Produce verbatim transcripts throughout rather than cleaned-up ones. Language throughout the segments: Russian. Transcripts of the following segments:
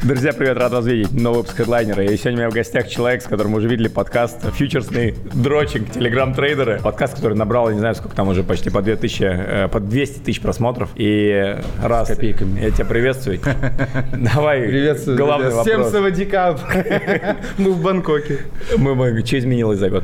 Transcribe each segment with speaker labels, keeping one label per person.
Speaker 1: Друзья, привет, рад вас видеть. Новый выпуск Headliner. И сегодня у меня в гостях человек, с которым мы уже видели подкаст «Фьючерсный дрочинг. Телеграм-трейдеры». Подкаст, который набрал, не знаю, сколько там уже, почти по две тысячи, по двести тысяч просмотров. И раз,
Speaker 2: с копейками.
Speaker 1: Я тебя приветствую. Давай,
Speaker 2: приветствую,
Speaker 1: главный вопрос.
Speaker 2: Всем савадикап. Мы в Бангкоке.
Speaker 1: Мы, что изменилось за год?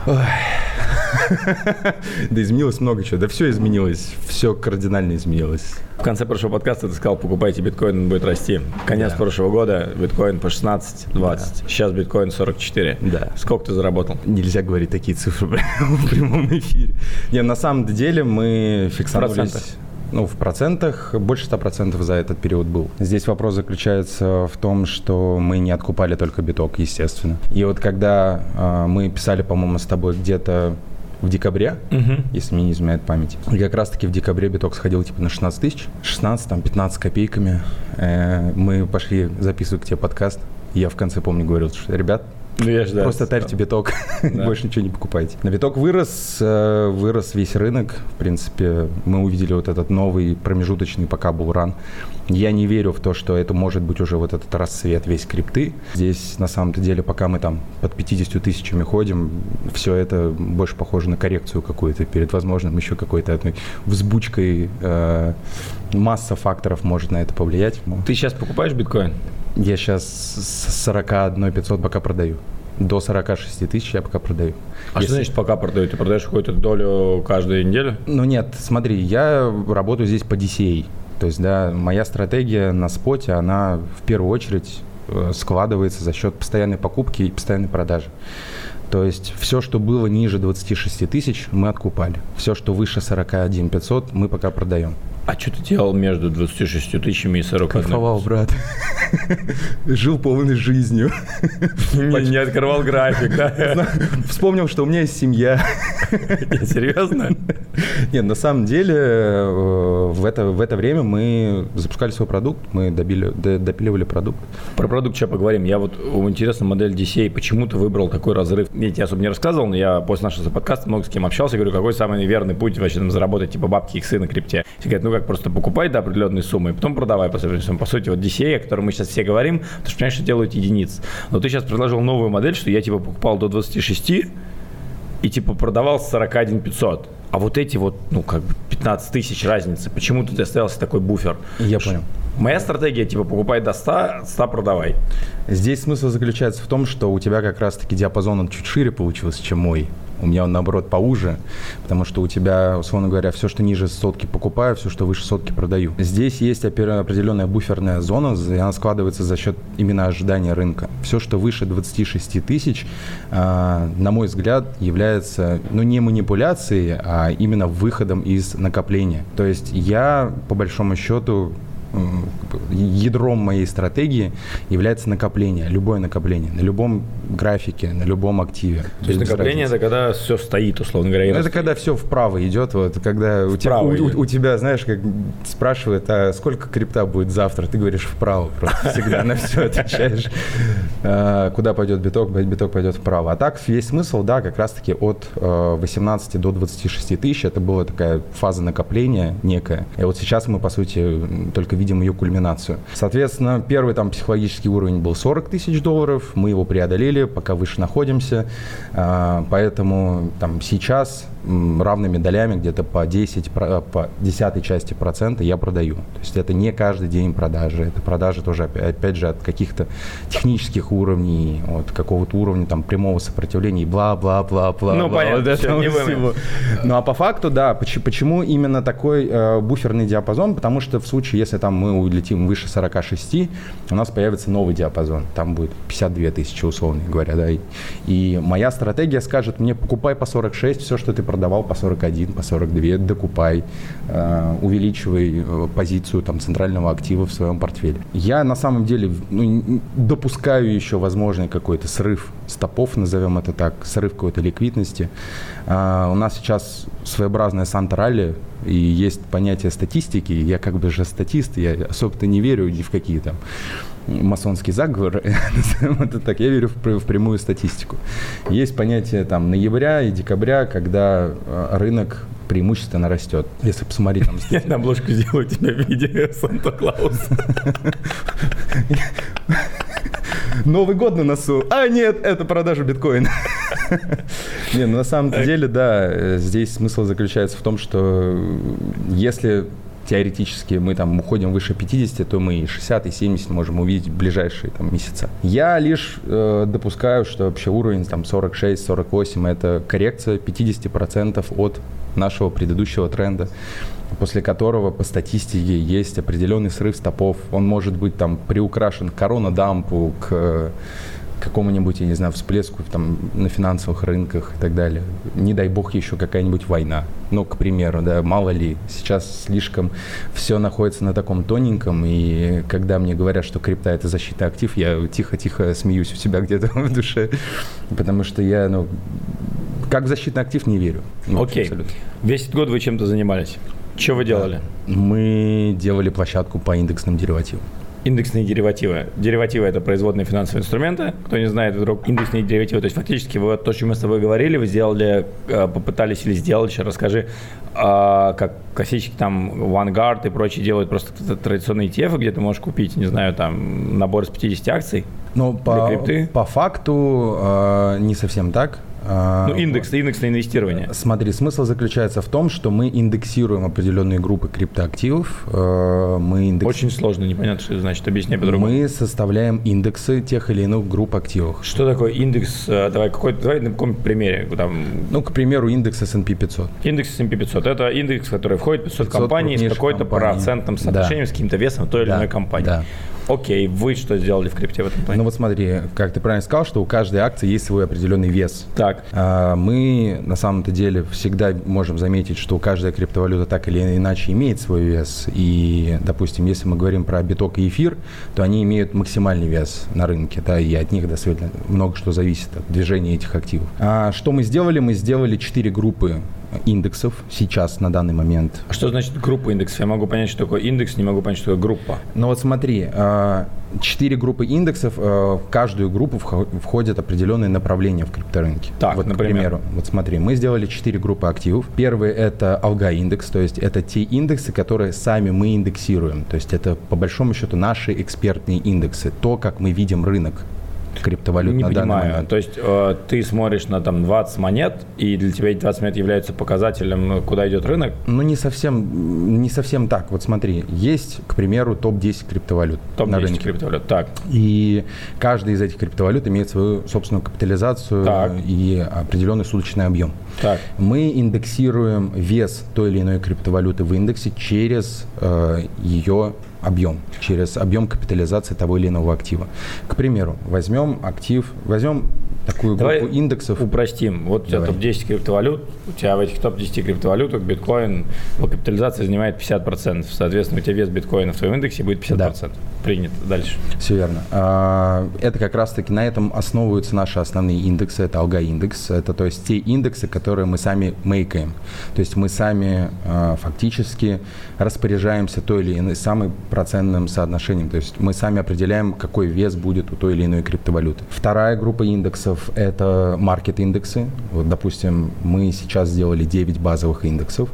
Speaker 2: Да изменилось много чего. Да все изменилось. Все кардинально изменилось.
Speaker 1: В конце прошлого подкаста ты сказал, покупайте биткоин, он будет расти. Конец да. прошлого года биткоин по шестнадцать двадцать. Да. Сейчас биткоин сорок четыре.
Speaker 2: Да.
Speaker 1: Сколько ты заработал?
Speaker 2: Нельзя говорить такие цифры в прямом эфире. Не, на самом деле мы фиксировались... Ну, в процентах больше ста процентов за этот период был. Здесь вопрос заключается в том, что мы не откупали только биток, естественно. И вот когда э, мы писали, по-моему, с тобой где-то в декабре, uh-huh. если мне не изменяет память, и как раз-таки в декабре биток сходил типа на шестнадцать тысяч, шестнадцать, там, пятнадцать копейками. Э, мы пошли записывать к тебе подкаст. И я в конце, помню, говорил, что, ребят,
Speaker 1: Ну, я ж, да,
Speaker 2: просто тарьте биток, да. больше ничего не покупайте. На биток вырос, вырос весь рынок. В принципе, мы увидели вот этот новый промежуточный пока булран. Я не верю в то, что это может быть уже вот этот расцвет весь крипты. Здесь, на самом-то деле, пока мы там под пятьюдесятью тысячами ходим, все это больше похоже на коррекцию какую-то перед возможным еще какой-то одной взбучкой. Э, масса факторов может на это повлиять.
Speaker 1: Ты сейчас покупаешь биткоин?
Speaker 2: Я сейчас с сорок один пятьсот пока продаю. До сорок шесть тысяч я пока продаю.
Speaker 1: А Если... что значит пока продаю? Ты продаешь какую-то долю каждую неделю?
Speaker 2: Ну нет, смотри, я работаю здесь по ди си эй. То есть, да, моя стратегия на споте, она в первую очередь складывается за счет постоянной покупки и постоянной продажи. То есть все, что было ниже двадцати шести тысяч, мы откупали. Все, что выше сорок один пятьсот, мы пока продаем.
Speaker 1: А что ты делал между двадцатью шестью тысячами и сорок одной?
Speaker 2: Кайфовал, брат. Жил полной жизнью.
Speaker 1: Не, не открывал график, да?
Speaker 2: Вспомнил, что у меня есть семья.
Speaker 1: Серьезно?
Speaker 2: Нет, на самом деле в это, в это время мы запускали свой продукт, мы добили, допиливали продукт.
Speaker 1: Про продукт сейчас поговорим. Я вот, интересна модель ди си эй. Почему ты выбрал такой разрыв? Я тебе особо не рассказывал, но я после нашего подкаста много с кем общался. Говорю, какой самый верный путь вообще там заработать типа бабки иксы на крипте? Все говорят, ну как просто покупай до определенной суммы и потом продавай по сути. По сути, вот ди си эй, о котором мы сейчас все говорим, потому что, понимаешь, что делают единиц. Но ты сейчас предложил новую модель, что я типа покупал до двадцати шести и типа продавал с сорок один пятьсот. А вот эти вот, ну как бы пятнадцать тысяч разницы, почему тут остался такой буфер?
Speaker 2: Я понял.
Speaker 1: Моя стратегия, типа, покупай до ста, ста продавай.
Speaker 2: Здесь смысл заключается в том, что у тебя как раз-таки диапазон он чуть шире получился, чем мой. У меня он, наоборот, поуже, потому что у тебя, условно говоря, все, что ниже сотки покупаю, все, что выше сотки продаю. Здесь есть определенная буферная зона, и она складывается за счет именно ожидания рынка. Все, что выше двадцати шести тысяч, на мой взгляд, является, ну, не манипуляцией, а именно выходом из накопления. То есть я, по большому счету, ядром моей стратегии является накопление, любое накопление, на любом графике, на любом активе.
Speaker 1: То есть накопление – это когда все стоит, условно говоря.
Speaker 2: Ну, это когда все вправо идет, вот, когда у тебя, у, у, у тебя, знаешь, как спрашивают, а сколько крипта будет завтра, ты говоришь вправо, просто всегда на все отвечаешь. Куда пойдет биток, биток пойдет вправо. А так весь смысл, да, как раз-таки от восемнадцати до двадцати шести тысяч, это была такая фаза накопления некая. И вот сейчас мы, по сути, только видим ее кульминацию. Соответственно, первый там психологический уровень был сорок тысяч долларов, мы его преодолели, пока выше находимся, поэтому там сейчас равными долями, где-то по десять, по десятой части процента я продаю. То есть это не каждый день продажи, это продажи тоже, опять же, от каких-то технических уровней, от какого-то уровня там прямого сопротивления и бла-бла-бла-бла.
Speaker 1: Ну, понятно, все, не всего.
Speaker 2: Ну, а по факту, да, почему, почему именно такой э, буферный диапазон? Потому что в случае, если там мы улетим выше сорока шести, у нас появится новый диапазон, там будет пятьдесят две тысячи, условно говоря, да, и, и моя стратегия скажет мне, покупай по сорок шесть, все, что ты продавал по сорок один, по сорок два, докупай, э, увеличивай э, позицию там центрального актива в своем портфеле. Я на самом деле ну, допускаю еще возможный какой-то срыв стопов, назовем это так, срыв какой-то ликвидности. А, у нас сейчас своеобразная Санта-ралли, и есть понятие статистики. Я как бы же статист, я особо-то не верю ни в какие там масонские заговоры, назовем это так, я верю в, в прямую статистику. Есть понятие там ноября и декабря, когда рынок преимущественно растет. Если посмотреть там...
Speaker 1: Я на обложку сделаю тебе видео Санта-Клауса.
Speaker 2: Новый год на носу. А нет, это продажа биткоина. Не, ну на самом деле, да, здесь смысл заключается в том, что если теоретически мы там уходим выше пятидесяти, то мы и шестьдесят, и семьдесят можем увидеть в ближайшие там месяца. Я лишь э, допускаю, что вообще уровень там сорок шесть сорок восемь это коррекция пятьдесят процентов от нашего предыдущего тренда, после которого по статистике есть определенный срыв стопов. Он может быть там приукрашен к коронадампу, к какому-нибудь, я не знаю, всплеску там, на финансовых рынках и так далее. Не дай бог еще какая-нибудь война. Ну, к примеру, да, мало ли. Сейчас слишком все находится на таком тоненьком, и когда мне говорят, что крипта – это защитный актив, я тихо-тихо смеюсь у себя где-то в душе, потому что я, ну, как в защитный актив не верю.
Speaker 1: Ну, окей. Okay. Весь этот год вы чем-то занимались? Что вы делали?
Speaker 2: Мы делали площадку по индексным деривативам.
Speaker 1: Индексные деривативы. Деривативы – это производные финансовые инструменты. Кто не знает, вдруг индексные деривативы, то есть фактически вы, то, что мы с тобой говорили, вы сделали, попытались или сделали, сейчас расскажи, как классические там Vanguard и прочие делают просто традиционные и ти эф, где ты можешь купить, не знаю, там набор из пятидесяти акций.
Speaker 2: Ну, по, по факту не совсем так.
Speaker 1: Ну, индекс, индексное инвестирование.
Speaker 2: Смотри, смысл заключается в том, что мы индексируем определенные группы криптоактивов. Мы индекс...
Speaker 1: Очень сложно, непонятно, что это значит. Объясни по-другому.
Speaker 2: Мы составляем индексы тех или иных групп активов.
Speaker 1: Что такое индекс? Давай, какой, давай на каком примере. Там...
Speaker 2: Ну, к примеру, индекс эс энд пи пятьсот.
Speaker 1: Индекс эс энд пи пятьсот. Это индекс, в который входит пятьсот, пятьсот компаний с какой-то компаний. Процентным соотношением, да. С каким-то весом той или да. иной компании. Да. Окей, вы что сделали в крипте в этом плане?
Speaker 2: Ну вот смотри, как ты правильно сказал, что у каждой акции есть свой определенный вес.
Speaker 1: Так.
Speaker 2: Мы на самом-то деле всегда можем заметить, что каждая криптовалюта так или иначе имеет свой вес. И, допустим, если мы говорим про биток и эфир, то они имеют максимальный вес на рынке, да, и от них достаточно много что зависит от движения этих активов. А что мы сделали? Мы сделали четыре группы индексов сейчас, на данный момент.
Speaker 1: А что значит группа индексов? Я могу понять, что такое индекс, не могу понять, что такое группа.
Speaker 2: Ну вот смотри, четыре группы индексов, в каждую группу входят определенные направления в крипторынке.
Speaker 1: Так,
Speaker 2: вот,
Speaker 1: например.
Speaker 2: К примеру, вот смотри, мы сделали четыре группы активов. Первый – это алго-индекс, то есть это те индексы, которые сами мы индексируем. То есть это, по большому счету, наши экспертные индексы, то, как мы видим рынок криптовалют
Speaker 1: не
Speaker 2: на
Speaker 1: понимаю.
Speaker 2: данный момент.
Speaker 1: То есть э, ты смотришь на там двадцать монет, и для тебя эти двадцать монет являются показателем, куда идет рынок?
Speaker 2: Ну, не совсем, не совсем так. Вот смотри, есть, к примеру, топ десять криптовалют
Speaker 1: топ
Speaker 2: на рынке.
Speaker 1: криптовалют, так.
Speaker 2: И каждый из этих криптовалют имеет свою собственную капитализацию так. и определенный суточный объем.
Speaker 1: Так.
Speaker 2: Мы индексируем вес той или иной криптовалюты в индексе через э, ее объем, через объем капитализации того или иного актива. К примеру, возьмем актив, возьмем такую
Speaker 1: Давай
Speaker 2: группу индексов.
Speaker 1: Упростим. Вот у тебя топ десять криптовалют, у тебя в этих топ десять криптовалютах биткоин по капитализации занимает пятьдесят процентов. Соответственно, у тебя вес биткоина в твоем индексе будет пятьдесят процентов. Да. Принято. Дальше.
Speaker 2: Все верно. Это как раз-таки на этом основываются наши основные индексы. Это алго-индекс. Это то есть те индексы, которые мы сами мейкаем. То есть мы сами фактически распоряжаемся той или иной самым процентным соотношением. То есть мы сами определяем, какой вес будет у той или иной криптовалюты. Вторая группа индексов – это маркет-индексы. Вот, допустим, мы сейчас сделали девять базовых индексов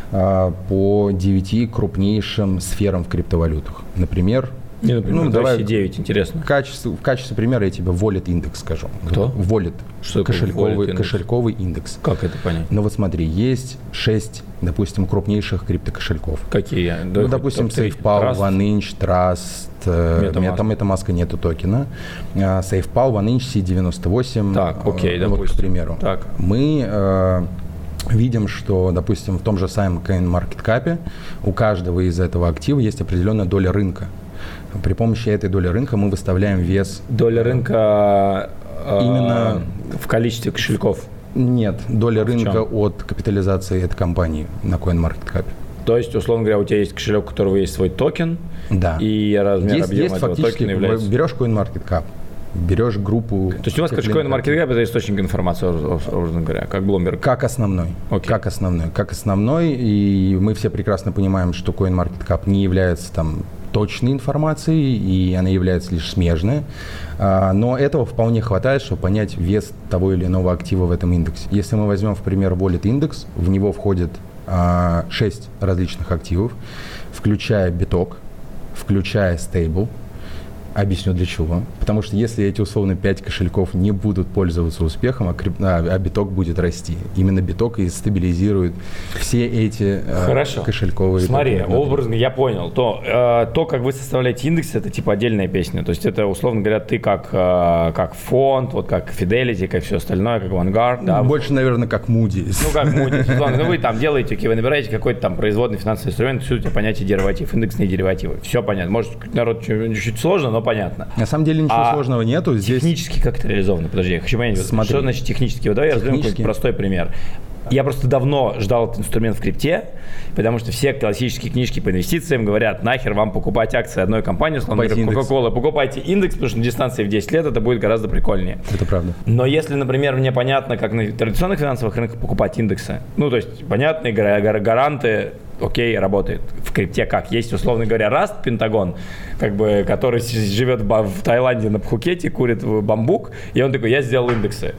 Speaker 2: э, по девяти крупнейшим сферам в криптовалютах. Например,
Speaker 1: Не, например, ну, давай все девять, интересно.
Speaker 2: В качестве, в качестве примера я тебе Wallet индекс скажу.
Speaker 1: Кто?
Speaker 2: Wallet.
Speaker 1: Что
Speaker 2: кошельковый,
Speaker 1: wallet индекс?
Speaker 2: Кошельковый индекс.
Speaker 1: Как это понять?
Speaker 2: Ну вот смотри, есть шесть, допустим, крупнейших криптокошельков.
Speaker 1: Какие?
Speaker 2: Ну, допустим, SafePal, OneInch, Trust, MetaMask. MetaMask нету токена. SafePal, OneInch, си девяносто восемь.
Speaker 1: Так, окей,
Speaker 2: вот,
Speaker 1: допустим.
Speaker 2: К примеру.
Speaker 1: Так.
Speaker 2: Мы э, видим, что, допустим, в том же самом CoinMarketCap у каждого из этого актива есть определенная доля рынка. При помощи этой доли рынка мы выставляем вес.
Speaker 1: Доля рынка
Speaker 2: именно
Speaker 1: в количестве кошельков?
Speaker 2: Нет, доля рынка от капитализации этой компании на CoinMarketCap.
Speaker 1: То есть, условно говоря, у тебя есть кошелек, у которого есть свой токен,
Speaker 2: да.
Speaker 1: и размер
Speaker 2: есть,
Speaker 1: объема
Speaker 2: есть
Speaker 1: этого токена является...
Speaker 2: Берешь CoinMarketCap, Берешь группу...
Speaker 1: То есть у вас CoinMarketCap – это источник информации, образно говоря, как Bloomberg?
Speaker 2: Как основной. Okay. Как основной. Как основной. И мы все прекрасно понимаем, что CoinMarketCap не является там точной информацией, и она является лишь смежной. Но этого вполне хватает, чтобы понять вес того или иного актива в этом индексе. Если мы возьмем, в пример, Wallet индекс, в него входит шесть различных активов, включая биток, включая стейбл. Объясню для чего. Потому что если эти условно пять кошельков не будут пользоваться успехом, а, крип... а, а биток будет расти. Именно биток и стабилизирует все эти
Speaker 1: Хорошо.
Speaker 2: Э, кошельковые...
Speaker 1: Смотри, образно я понял. То, э, то, как вы составляете индекс, это типа отдельная песня. То есть это, условно говоря, ты как, э, как фонд, вот как Fidelity, как все остальное, как Vanguard. Да?
Speaker 2: Больше, наверное, как Moody's.
Speaker 1: Ну, как Moody's. Ну, вы там делаете, вы набираете какой-то там производный финансовый инструмент, все у тебя понятие дериватив, индексные деривативы. Все понятно. Может, народ чуть-чуть сложно, но понятно.
Speaker 2: На самом деле ничего а сложного нету. Здесь...
Speaker 1: Технически как это реализовано? Подожди, я хочу понять, Смотри. Что значит технически? Вот давай я разберем какой-то простой пример. Я просто давно ждал этот инструмент в крипте, потому что все классические книжки по инвестициям говорят, нахер вам покупать акции одной компании, условно говоря, Coca-Cola, покупайте индекс, потому что на дистанции в десять лет это будет гораздо прикольнее.
Speaker 2: Это правда.
Speaker 1: Но если, например, мне понятно, как на традиционных финансовых рынках покупать индексы, ну, то есть понятные гаранты, окей, работает. В крипте как? Есть, условно говоря, Раст, Пентагон, как бы, который живет в, в Таиланде на Пхукете, курит бамбук, и он такой, я сделал индексы.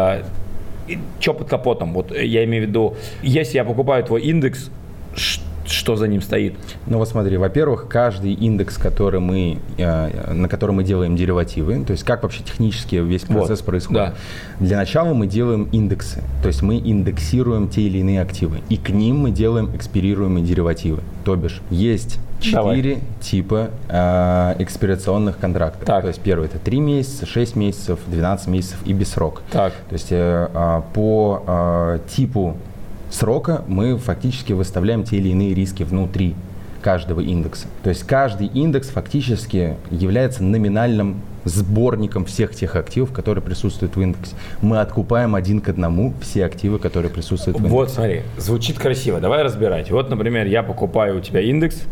Speaker 1: Что под капотом? Вот я имею в виду, если я покупаю твой индекс, что за ним стоит?
Speaker 2: Ну вот смотри, во-первых, каждый индекс, который мы, на котором мы делаем деривативы, то есть как вообще технически весь процесс вот, происходит. Да. Для начала мы делаем индексы, то есть мы индексируем те или иные активы, и к ним мы делаем экспирируемые деривативы. То бишь есть четыре типа э, экспирационных контрактов. Так. То есть первый это три месяца, шесть месяцев, двенадцать месяцев и без срока. Так. То есть э, по э, типу срока мы фактически выставляем те или иные риски внутри каждого индекса. То есть каждый индекс фактически является номинальным сборником всех тех активов, которые присутствуют в индексе. Мы откупаем один к одному все активы, которые присутствуют в индексе.
Speaker 1: Вот, смотри, звучит красиво. Давай разбирать. Вот, например, я покупаю у тебя индекс,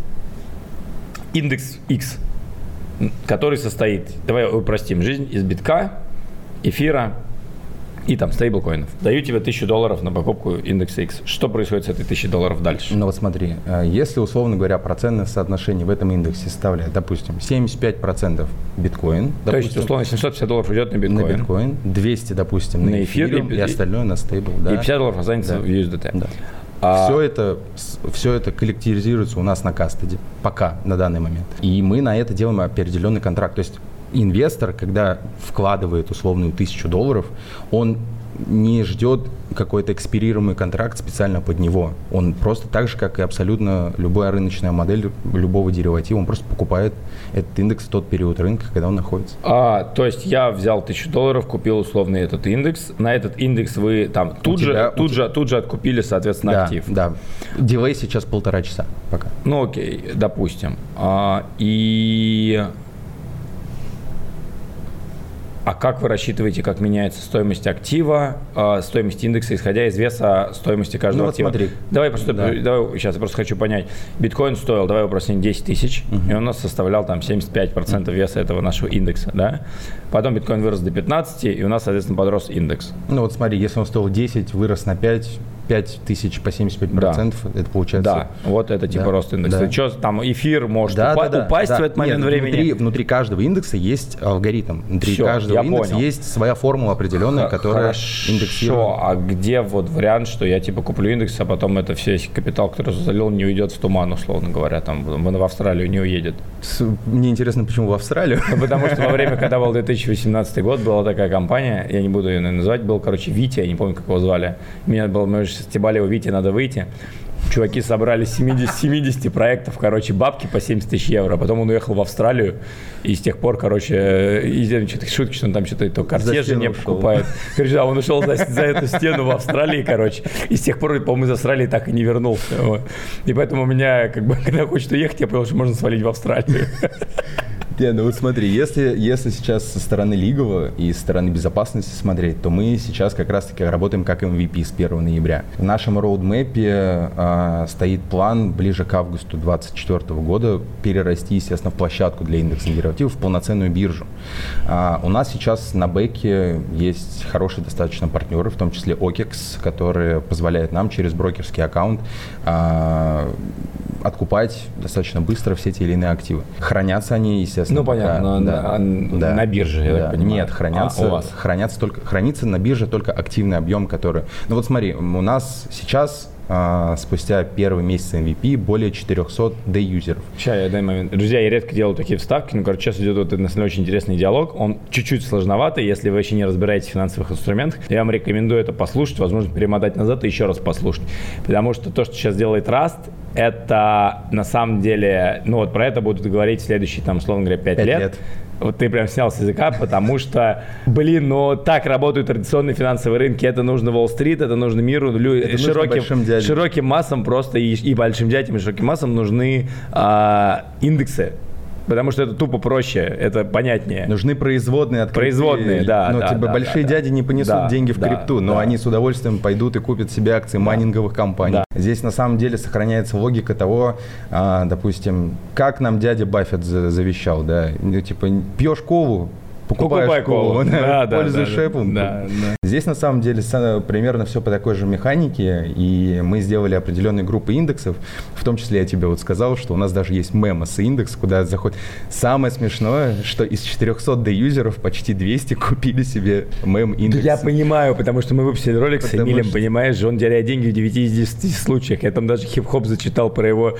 Speaker 1: индекс X, который состоит, давай упростим жизнь, из битка, эфира и там стейблкоинов. Даю тебе тысячу долларов на покупку индекса X. Что происходит с этой тысячей долларов дальше?
Speaker 2: Ну вот смотри, если, условно говоря, процентное соотношение в этом индексе составляет, допустим, семьдесят пять процентов биткоин.
Speaker 1: То
Speaker 2: допустим,
Speaker 1: есть, условно, семьсот пятьдесят долларов идет на биткоин.
Speaker 2: На биткоин, двести, допустим, на, на эфир, и, и остальное на стейбл. Да.
Speaker 1: И пятьдесят долларов останется да. в ю эс ди ти.
Speaker 2: Да. А... Все, это, все это коллективизируется у нас на кастеде, пока, на данный момент. И мы на это делаем определенный контракт. То есть инвестор, когда вкладывает условную тысячу долларов, он не ждет какой-то экспирируемый контракт специально под него. Он просто так же, как и абсолютно любая рыночная модель любого дериватива, он просто покупает этот индекс в тот период рынка, когда он находится.
Speaker 1: А, то есть я взял тысячу долларов, купил условно этот индекс. На этот индекс вы там тут, же, тебя, тут, же, тут же откупили, соответственно,
Speaker 2: да,
Speaker 1: актив.
Speaker 2: Да, дилей сейчас полтора часа пока.
Speaker 1: Ну окей, допустим. А, и... А как вы рассчитываете, как меняется стоимость актива, э, стоимость индекса, исходя из веса стоимости каждого
Speaker 2: ну,
Speaker 1: актива?
Speaker 2: Вот смотри.
Speaker 1: Давай просто, да. давай, сейчас я просто хочу понять. Биткоин стоил, давай упростим, десять тысяч, uh-huh. и он у нас составлял там семьдесят пять процентов uh-huh. веса этого нашего индекса, да? Потом биткоин вырос до пятнадцати, и у нас, соответственно, подрос индекс.
Speaker 2: Ну вот смотри, если он стоил десять, вырос на пять, пять тысяч по семьдесят пять процентов, да. это получается...
Speaker 1: Да, вот это типа
Speaker 2: да.
Speaker 1: рост индекса.
Speaker 2: Да.
Speaker 1: Что там, эфир может
Speaker 2: да,
Speaker 1: упа-
Speaker 2: да, да,
Speaker 1: упасть
Speaker 2: да.
Speaker 1: в этот момент
Speaker 2: Нет,
Speaker 1: времени?
Speaker 2: Внутри, внутри каждого индекса есть алгоритм. Внутри
Speaker 1: Все,
Speaker 2: каждого индекса понял. Есть своя формула определенная, Х- которая
Speaker 1: хорошо.
Speaker 2: индексирует.
Speaker 1: А где вот вариант, что я типа куплю индекс, а потом это все капитал, который залил, не уйдет в туман, условно говоря, там в Австралию не уедет?
Speaker 2: Мне интересно, почему в Австралию?
Speaker 1: Ну, потому что во время, когда был две тысячи восемнадцатый год, была такая компания, я не буду ее называть, был, короче, Витя, я не помню, как его звали. Меня было, мы же стебали его, Витя, надо выйти. Чуваки собрали семьдесят, семьдесят проектов, короче, бабки по семьдесят тысяч евро. Потом он уехал в Австралию, и с тех пор, короче, и что-то шутки, что он там что-то то кортежи не покупает. Короче, да, он ушел за, за эту стену в Австралии, короче. И с тех пор, по-моему, из Австралии так и не вернулся. Вот. И поэтому у меня, как бы, когда хочет уехать, я понял, что можно свалить в Австралию.
Speaker 2: Не, ну вот смотри, если, если сейчас со стороны лигового и со стороны безопасности смотреть, то мы сейчас как раз-таки работаем как эм ви пи с первого ноября. В нашем роудмэпе а, стоит план ближе к августу двадцать четвёртого года перерасти, естественно, в площадку для индексных деривативов, в полноценную биржу. А, у нас сейчас на бэке есть хорошие достаточно партнеры, в том числе окекс, которые позволяют нам через брокерский аккаунт а, откупать достаточно быстро все те или иные активы. Хранятся они, естественно,
Speaker 1: ну, понятно, на,
Speaker 2: да,
Speaker 1: на,
Speaker 2: да,
Speaker 1: на бирже, я
Speaker 2: да.
Speaker 1: так понимаю.
Speaker 2: Нет, хранятся,
Speaker 1: а, у вас.
Speaker 2: хранятся только, хранится на бирже только активный объем, который... Ну вот смотри, у нас сейчас, а, спустя первый месяц эм ви пи, более четыреста day-юзеров.
Speaker 1: Сейчас, я дай момент. Друзья, я редко делаю такие вставки, но, короче, сейчас идет вот на самом деле очень интересный диалог. Он чуть-чуть сложноватый, если вы вообще не разбираетесь в финансовых инструментах. Я вам рекомендую это послушать, возможно, перемотать назад и еще раз послушать. Потому что то, что сейчас делает Rust, это на самом деле, ну вот про это будут говорить в следующие, там, условно говоря, пять лет. лет. Вот ты прям снял с языка, потому что, блин, ну так работают традиционные финансовые рынки. Это нужно Уолл-стрит, это нужно миру, лю- широким, широким массам просто и, и большим дядям, и широким массам нужны а, индексы. Потому что это тупо проще, это понятнее.
Speaker 2: Нужны производные открытые.
Speaker 1: Производные, да.
Speaker 2: Ну,
Speaker 1: да,
Speaker 2: типа,
Speaker 1: да,
Speaker 2: большие
Speaker 1: да,
Speaker 2: дяди не понесут
Speaker 1: да,
Speaker 2: деньги в
Speaker 1: да,
Speaker 2: крипту, но
Speaker 1: да.
Speaker 2: они с удовольствием пойдут и купят себе акции да. майнинговых компаний. Да. Здесь на самом деле сохраняется логика того, а, допустим, как нам дядя Баффет завещал, да, ну, типа, пьешь колу, покупаешь
Speaker 1: Покупай
Speaker 2: колу,
Speaker 1: колу. Да, да,
Speaker 2: пользуешь
Speaker 1: да,
Speaker 2: Apple.
Speaker 1: Да, да.
Speaker 2: Здесь на самом деле примерно все по такой же механике, и мы сделали определенные группы индексов, в том числе я тебе вот сказал, что у нас даже есть мемос индекс, куда заходит. Самое смешное, что из четырехсот day-юзеров почти двести купили себе мем-индекс.
Speaker 1: Я понимаю, потому что мы выпустили ролик
Speaker 2: потому
Speaker 1: с Эмилем,
Speaker 2: что...
Speaker 1: понимаешь же, он теряет деньги в девяти из десяти случаях. Я там даже хип-хоп зачитал про его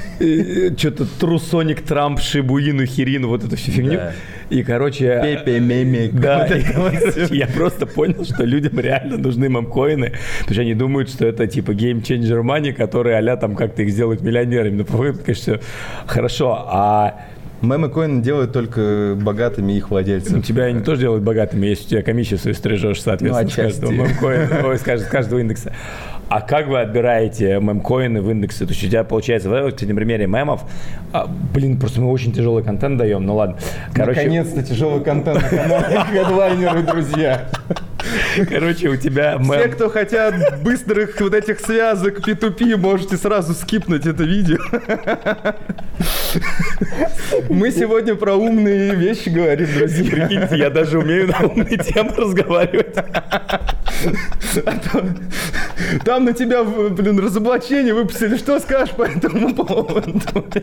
Speaker 1: что-то Трусоник, Трамп, Шибуину, Хирину, вот эту всю фигню.
Speaker 2: Да.
Speaker 1: И, короче...
Speaker 2: Пепе, мемик.
Speaker 1: Да, вот и, я просто понял, что людям реально нужны мемкоины, потому что они думают, что это типа game changer money, которые а-ля там как-то их сделают миллионерами. Но, по-моему, конечно, хорошо, а...
Speaker 2: Мемы-коины делают только богатыми их владельцами.
Speaker 1: У тебя они тоже делают богатыми, если у тебя комиссию свою стрижешь, соответственно,
Speaker 2: ну,
Speaker 1: с каждого мемкоина, ой, с каждого индекса. А как вы отбираете мемкоины в индексы? То есть у тебя получается, вот, кстати, на примере мемов, а, блин, просто мы очень тяжелый контент даем, ну ладно.
Speaker 2: Короче, наконец-то тяжелый контент на канале Headliner, друзья.
Speaker 1: Короче, у тебя мем...
Speaker 2: Все, кто хотят быстрых вот этих связок пи ту пи, можете сразу скипнуть это видео. Мы сегодня про умные вещи говорим, друзья.
Speaker 1: Прикиньте, я даже умею на умные темы разговаривать.
Speaker 2: Там на тебя, блин, разоблачение выпустили. Что скажешь по этому поводу?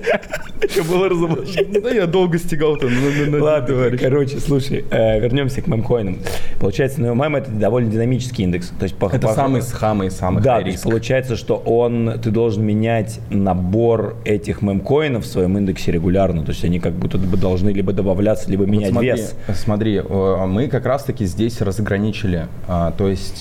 Speaker 1: Что было разоблачение?
Speaker 2: Да я долго стегал там.
Speaker 1: Ладно, короче, слушай, вернемся к мемкоинам. Получается, ну, мем это довольно динамический индекс. То есть,
Speaker 2: это самый самый самый
Speaker 1: да, то есть получается, что он, ты должен менять набор этих мемкоинов в своем индексе регулярно. То есть они как будто бы должны либо добавляться, либо менять
Speaker 2: вот смотри,
Speaker 1: вес.
Speaker 2: Смотри, мы как раз-таки здесь разграничили. То есть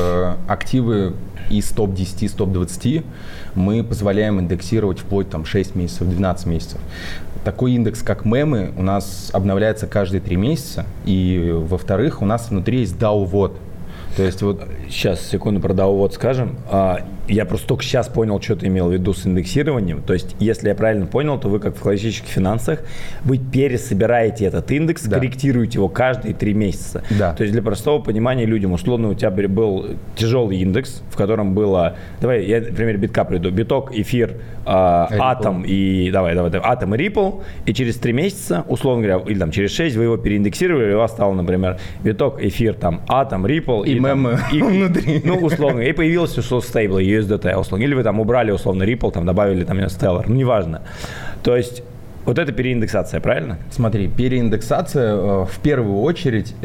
Speaker 2: активы из топ десяти, из топ двадцати мы позволяем индексировать вплоть там шесть месяцев, двенадцать месяцев. Такой индекс, как мемы, у нас обновляется каждые три месяца. И, во-вторых, у нас внутри есть дао-ввод. То есть вот...
Speaker 1: Сейчас, секунду про дао-ввод скажем. Я просто только сейчас понял, что ты имел в виду с индексированием. То есть, если я правильно понял, то вы, как в классических финансах, вы пересобираете этот индекс, да. корректируете его каждые три месяца.
Speaker 2: Да.
Speaker 1: То есть, для простого понимания людям, условно, у тебя был тяжелый индекс, в котором было... Давай, я, например, битка приду. Биток, эфир, э, атом и... Давай, давай, давай. Атом и Ripple. И через три месяца, условно говоря, или там через шесть, вы его переиндексировали, и у вас стало, например, биток, эфир, там, атом, Ripple.
Speaker 2: И, и мемы внутри.
Speaker 1: Ну, условно. И появился что стейбл, ю эс ди ти, условно. Или вы там убрали, условно, Ripple, там добавили там Stellar. Ну, неважно. То есть, вот это переиндексация, правильно?
Speaker 2: Смотри, переиндексация э, в первую очередь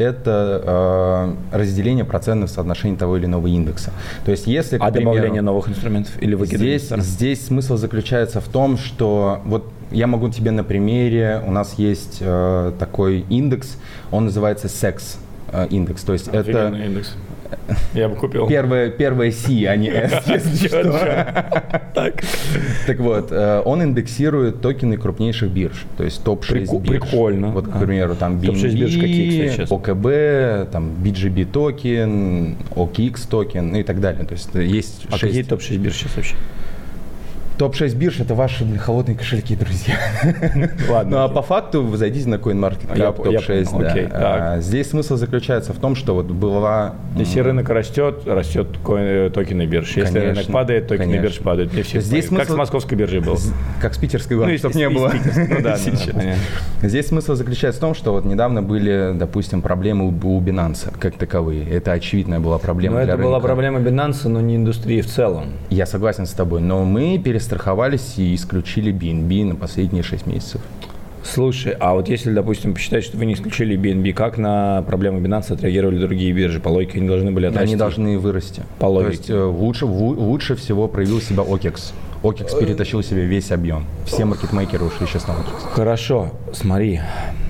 Speaker 2: это э, разделение процентных соотношений того или иного индекса. То есть, если, к
Speaker 1: а
Speaker 2: примеру,
Speaker 1: добавление новых инструментов или выкидывание?
Speaker 2: Здесь, здесь смысл заключается в том, что вот я могу тебе на примере, у нас есть э, такой индекс, он называется секс индекс, то есть
Speaker 1: офигенный
Speaker 2: это...
Speaker 1: индекс. Я бы купил.
Speaker 2: Первое, первое C, а не S, если что. Так вот, он индексирует токены крупнейших бирж, то есть топ шесть бирж.
Speaker 1: Прикольно.
Speaker 2: Вот, к примеру, там би эн би,
Speaker 1: топ шесть бирж какие, кстати, сейчас?
Speaker 2: о ка бэ, там би джи би токен, о ка икс токен, ну и так далее. То есть есть
Speaker 1: а
Speaker 2: шесть.
Speaker 1: какие топ шесть бирж сейчас вообще?
Speaker 2: топ шесть бирж – это ваши холодные кошельки, друзья. Ладно. Ну, а по факту вы зайдите на CoinMarketCap, топ шесть. Здесь смысл заключается в том, что вот была…
Speaker 1: Если рынок растет, растет токены бирж. Если рынок падает, токены бирж падают. Как с московской биржей было.
Speaker 2: Как с питерской, главное, чтобы не было. Здесь смысл заключается в том, что вот недавно были, допустим, проблемы у Binance как таковые. Это очевидная была проблема для рынка.
Speaker 1: Это была проблема Binance, но не индустрии в целом.
Speaker 2: Я согласен с тобой, но мы перестраховались и исключили би эн би на последние шесть месяцев.
Speaker 1: Слушай, а вот если, допустим, посчитать, что вы не исключили би эн би, как на проблему Binance отреагировали другие биржи? По логике они должны были отрасти?
Speaker 2: Они должны вырасти.
Speaker 1: По логике.
Speaker 2: То есть лучше, лучше всего проявил себя о кекс. о кекс перетащил себе весь объем. Все маркетмейкеры ушли сейчас на о кекс.
Speaker 1: Хорошо, смотри.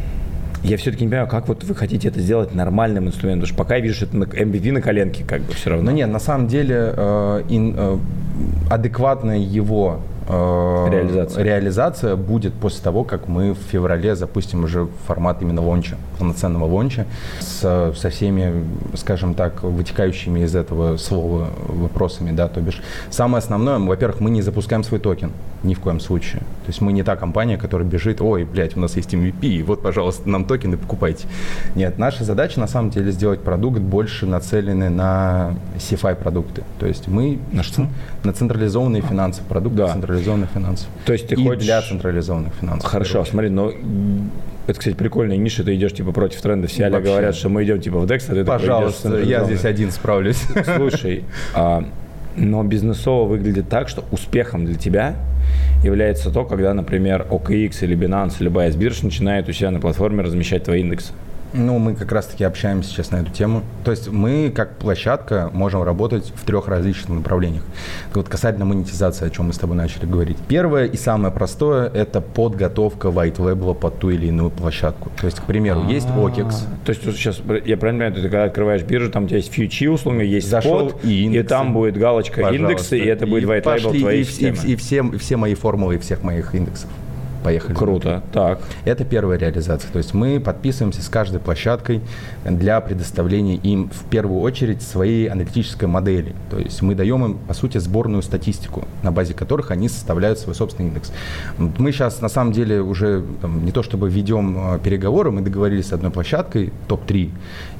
Speaker 1: Я все-таки не понимаю, как вот вы хотите это сделать нормальным инструментом, потому что пока я вижу, что это эм ви пи на коленке как бы все равно.
Speaker 2: Ну нет, на самом деле э, ин, э, адекватная его э,
Speaker 1: реализация.
Speaker 2: реализация будет после того, как мы в феврале запустим уже формат именно лонча, полноценного лонча с, со всеми, скажем так, вытекающими из этого слова вопросами, да, то бишь. Самое основное, во-первых, мы не запускаем свой токен, ни в коем случае. То есть мы не та компания, которая бежит, ой, блядь, у нас есть эм ви пи, и вот, пожалуйста, нам токены покупайте. Нет, наша задача на самом деле сделать продукт больше нацеленный на си эф ай продукты. То есть мы
Speaker 1: на, что?
Speaker 2: на централизованные финансы, продукты да. централизованных финансов.
Speaker 1: То есть ты
Speaker 2: и
Speaker 1: хочешь...
Speaker 2: для централизованных финансов.
Speaker 1: Хорошо, смотри, но это, кстати, прикольная ниша, ты идешь типа против тренда, все а говорят, что мы идем типа в декс, а ты
Speaker 2: пожалуйста,
Speaker 1: такой идешь
Speaker 2: я здесь один справлюсь.
Speaker 1: Слушай, а, но бизнесово выглядит так, что успехом для тебя является то, когда, например, о ка икс или Binance или Bias бирж начинает у себя на платформе размещать твои индексы.
Speaker 2: Ну, мы как раз-таки общаемся сейчас на эту тему. То есть мы, как площадка, можем работать в трех различных направлениях. Вот касательно монетизации, о чем мы с тобой начали говорить. Первое и самое простое – это подготовка white label под ту или иную площадку. То есть, к примеру, есть о кекс.
Speaker 1: То есть сейчас, я правильно понимаю, ты когда открываешь биржу, там у тебя есть фьючи, условно, есть спот, и, и там будет галочка индексы, и это будет white label твоей системы.
Speaker 2: И, и, все, все мои формулы, и всех моих индексов. Поехали.
Speaker 1: Круто. Так.
Speaker 2: Это первая реализация. То есть мы подписываемся с каждой площадкой для предоставления им в первую очередь своей аналитической модели. То есть мы даем им, по сути, сборную статистику, на базе которых они составляют свой собственный индекс. Мы сейчас, на самом деле, уже там, не то чтобы ведем переговоры, мы договорились с одной площадкой, топ три,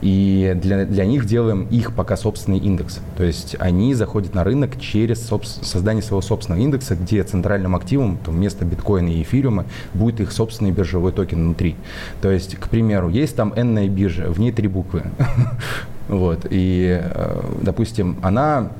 Speaker 2: и для, для них делаем их пока собственный индекс. То есть они заходят на рынок через собс- создание своего собственного индекса, где центральным активом там, вместо биткоина и эфириума будет их собственный биржевой токен внутри. То есть, к примеру, есть там энная биржа, в ней три буквы. Вот. И, допустим, она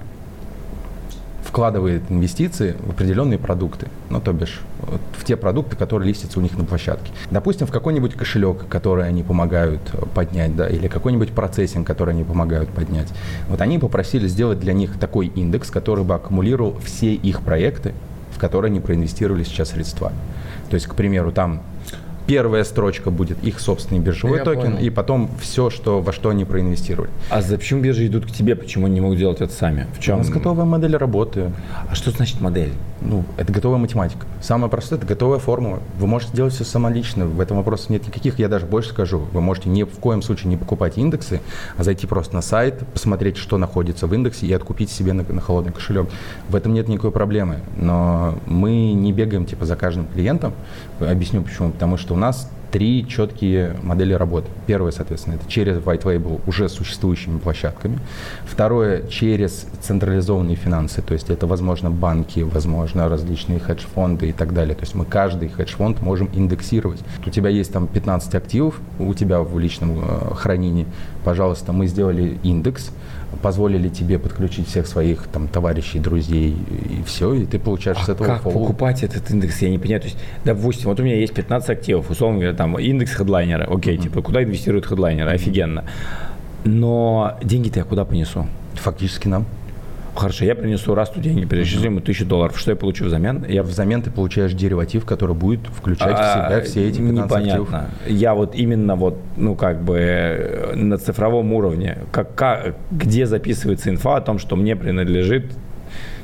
Speaker 2: вкладывает инвестиции в определенные продукты, ну, то бишь, вот, в те продукты, которые листятся у них на площадке. Допустим, в какой-нибудь кошелек, который они помогают поднять, да, или какой-нибудь процессинг, который они помогают поднять. Вот они попросили сделать для них такой индекс, который бы аккумулировал все их проекты, в которые они проинвестировали сейчас средства. То есть, к примеру, там первая строчка будет их собственный биржевой Я токен, понял. И потом все, что, во что они проинвестировали.
Speaker 1: А зачем биржи идут к тебе? Почему они не могут делать это сами? В чем?
Speaker 2: У нас готовая модель работы.
Speaker 1: А что значит модель?
Speaker 2: Ну, это готовая математика. Самое простое – это готовая формула. Вы можете делать все самолично, в этом вопросе нет никаких. Я даже больше скажу, вы можете ни в коем случае не покупать индексы, а зайти просто на сайт, посмотреть, что находится в индексе и откупить себе на, на холодный кошелек. В этом нет никакой проблемы. Но мы не бегаем типа за каждым клиентом. Объясню почему. Потому что у нас три четкие модели работы. Первое, соответственно, это через white label уже существующими площадками. Второе, через централизованные финансы, то есть это, возможно, банки, возможно, различные хедж-фонды и так далее. То есть мы каждый хедж-фонд можем индексировать. У тебя есть там пятнадцать активов, у тебя в личном э, хранении, пожалуйста, мы сделали индекс, позволили тебе подключить всех своих там товарищей, друзей и все, и ты получаешь а с этого
Speaker 1: как
Speaker 2: фоллоу.
Speaker 1: Покупать этот индекс, я не понимаю. То есть, допустим, вот у меня есть пятнадцать активов, условно говоря, там индекс хедлайнера, окей, mm-hmm. типа, куда инвестируют хедлайнеры, офигенно. Но деньги-то я куда понесу?
Speaker 2: Фактически нам.
Speaker 1: Хорошо, я принесу Расту деньги, перечислю ему тысячу долларов. Что я получу взамен? Я...
Speaker 2: Взамен ты получаешь дериватив, который будет включать а, в себя все эти пятнадцать
Speaker 1: непонятно.
Speaker 2: Активов.
Speaker 1: Я вот именно вот, ну, как бы на цифровом уровне, как, как, где записывается инфа о том, что мне принадлежит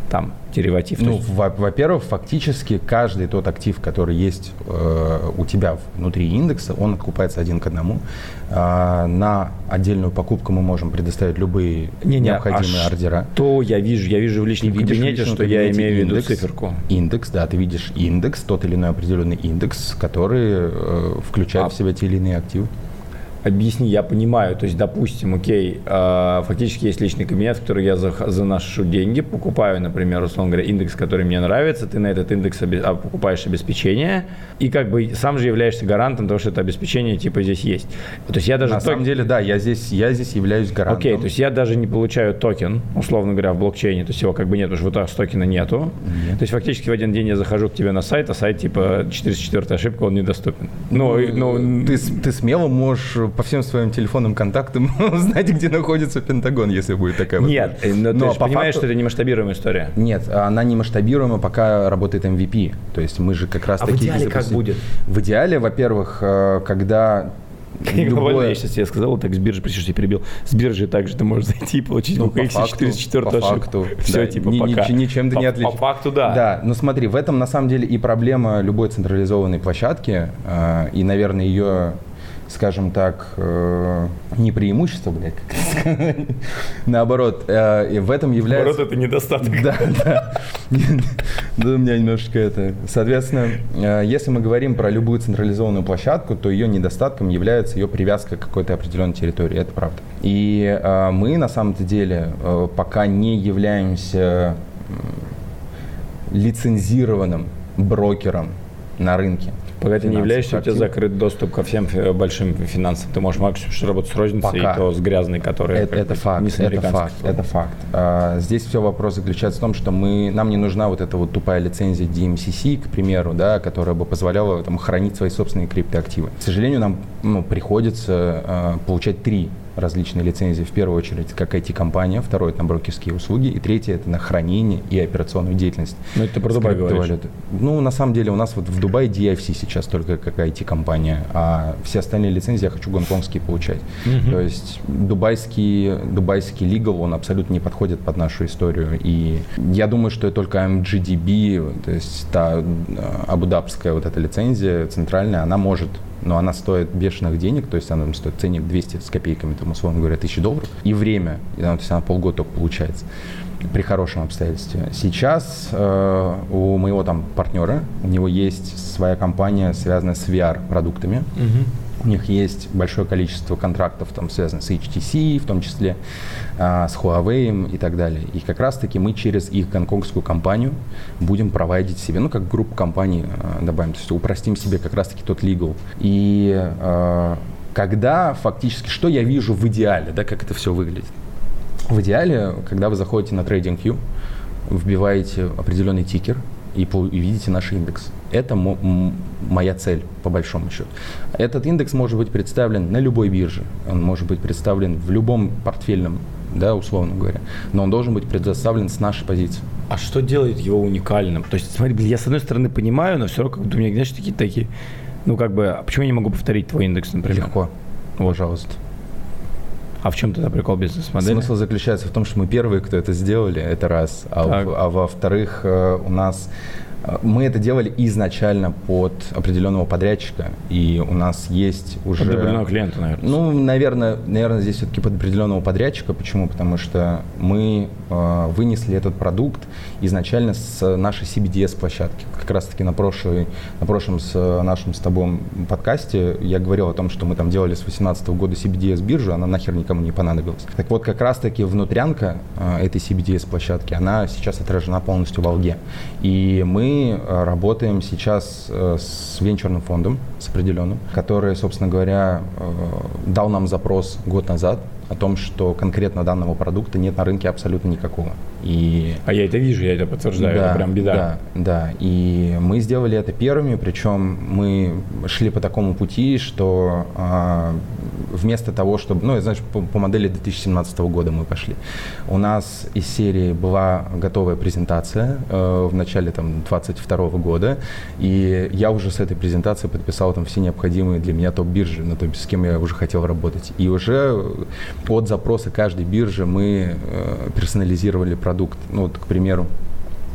Speaker 1: там дериватив?
Speaker 2: Ну,
Speaker 1: есть...
Speaker 2: во- во-первых, фактически каждый тот актив, который есть э, у тебя внутри индекса, он откупается один к одному. Э, на отдельную покупку мы можем предоставить любые не, не, необходимые а ордера.
Speaker 1: То я вижу, я вижу в личном ты кабинете, в что кабинете я имею в виду индекс, циферку.
Speaker 2: Индекс, да, ты видишь индекс, тот или иной определенный индекс, который э, включает а. в себя те или иные активы.
Speaker 1: Объясни, я понимаю, то есть, допустим, окей, э, фактически есть личный кабинет, в который я за, заношу деньги, покупаю, например, условно говоря, индекс, который мне нравится, ты на этот индекс оби- а, покупаешь обеспечение, и как бы сам же являешься гарантом того, что это обеспечение типа здесь есть. То есть я даже
Speaker 2: на ток... самом деле, да, я здесь, я здесь являюсь гарантом.
Speaker 1: Окей, то есть я даже не получаю токен, условно говоря, в блокчейне, то есть его как бы нет, потому что вот так токена нету. Нет. То есть фактически в один день я захожу к тебе на сайт, а сайт типа четыреста четвёртая ошибка, он недоступен.
Speaker 2: Ну, ну, ты, ты смело можешь по всем своим телефонным контактам узнать, где находится Пентагон, если будет такая
Speaker 1: возможность. Нет, но, но ты же понимаешь, факту... что это не масштабируемая история.
Speaker 2: Нет, она не масштабируема, пока работает эм ви пи. То есть мы же как раз
Speaker 1: а
Speaker 2: таки...
Speaker 1: в идеале как будет?
Speaker 2: В идеале, во-первых, когда...
Speaker 1: Любое... Я сейчас тебе сказал, так с биржи, причем я перебил, с биржи также ты можешь зайти и получить
Speaker 2: ну, по факту, четыреста четвёртую
Speaker 1: по ошибку. Все, да, типа,
Speaker 2: ни,
Speaker 1: пока.
Speaker 2: Ничем ты
Speaker 1: по,
Speaker 2: не отличишь.
Speaker 1: По факту, да.
Speaker 2: Да, но смотри, в этом на самом деле и проблема любой централизованной площадки, э, и, наверное, ее... скажем так, э, не преимущество, блядь, как сказать. Наоборот, э, в этом является...
Speaker 1: Наоборот, это недостаток.
Speaker 2: Да, да. Да, у меня немножечко это... Соответственно, э, если мы говорим про любую централизованную площадку, то ее недостатком является ее привязка к какой-то определенной территории. Это правда. И э, мы, на самом-то деле, э, пока не являемся э, лицензированным брокером на рынке.
Speaker 1: Пока ты не являешься, у тебя закрыт доступ ко всем большим финансам. Ты можешь максимум работать с розницей, и то с грязной, которая...
Speaker 2: Это, это факт, это факт, это факт. А, здесь все вопрос заключается в том, что мы, нам не нужна вот эта вот тупая лицензия ди эм си си, к примеру, да, которая бы позволяла там, хранить свои собственные криптоактивы. К сожалению, нам ну, приходится а, получать три различные лицензии. В первую очередь, как ай ти-компания, второе – это на брокерские услуги, и третье – это на хранение и операционную деятельность.
Speaker 1: Ну, это ты про Дубай говоришь?
Speaker 2: Ну, на самом деле, у нас вот в Дубае ди эф си сейчас только как ай ти-компания, а все остальные лицензии я хочу гонконгские получать. Mm-hmm. То есть дубайский, дубайский legal, он абсолютно не подходит под нашу историю. И я думаю, что это только эм джи ди би, то есть та абу-дабская вот эта лицензия центральная, она может, но она стоит бешеных денег, то есть она стоит ценник двести с копейками, там, условно говоря, тысячи долларов, и время, то есть она полгода только получается, при хорошем обстоятельстве. Сейчас э, у моего там партнера, у него есть своя компания, связанная с ви ар-продуктами. Mm-hmm. У них есть большое количество контрактов, там, связанных с эйч ти си, в том числе э, с Huawei и так далее. И как раз-таки мы через их гонконгскую компанию будем провайдить себе, ну, как группу компаний э, добавим, то есть упростим себе как раз-таки тот legal. И э, когда фактически, что я вижу в идеале, да, как это все выглядит? В идеале, когда вы заходите на TradingView, вбиваете определенный тикер и, и видите наш индекс. Это мо- м- моя цель, по большому счету. Этот индекс может быть представлен на любой бирже, он может быть представлен в любом портфельном, да, условно говоря, но он должен быть предоставлен с нашей позиции.
Speaker 1: А что делает его уникальным? То есть, смотри, блин, я с одной стороны понимаю, но все равно как-то у меня, знаешь, такие такие, ну как бы, а почему я не могу повторить твой индекс, например?
Speaker 2: Легко, вот. Пожалуйста.
Speaker 1: А в чем тогда прикол бизнес-модели?
Speaker 2: Смысл заключается в том, что мы первые, кто это сделали, это раз. А, в, а во-вторых, у нас мы это делали изначально под определенного подрядчика, и у нас есть уже...
Speaker 1: Под определенного клиента, наверное.
Speaker 2: Ну, наверное, наверное, здесь все-таки под определенного подрядчика. Почему? Потому что мы э, вынесли этот продукт изначально с нашей си би ди эс-площадки. Как раз-таки на, прошлой, на прошлом с нашем с тобой подкасте я говорил о том, что мы там делали с две тысячи восемнадцатого года си би ди эс-биржу, она нахер никому не понадобилась. Так вот, как раз-таки внутрянка э, этой си би ди эс-площадки, она сейчас отражена полностью в Алге. И мы Мы работаем сейчас с венчурным фондом, с определенным, который, собственно говоря, дал нам запрос год назад о том, что конкретно данного продукта нет на рынке абсолютно никакого. И...
Speaker 1: А я это вижу, я это подтверждаю,
Speaker 2: да,
Speaker 1: это прям беда.
Speaker 2: Да, да, и мы сделали это первыми, причем мы шли по такому пути, что а, вместо того, чтобы, ну, знаешь, по, по модели две тысячи семнадцатого года мы пошли. У нас из серии была готовая презентация э, в начале там двадцать второго года, и я уже с этой презентацией подписал там все необходимые для меня топ-биржи, ну, то есть с кем я уже хотел работать. И уже от запроса каждой биржи мы э, персонализировали продукт. Ну, вот, к примеру,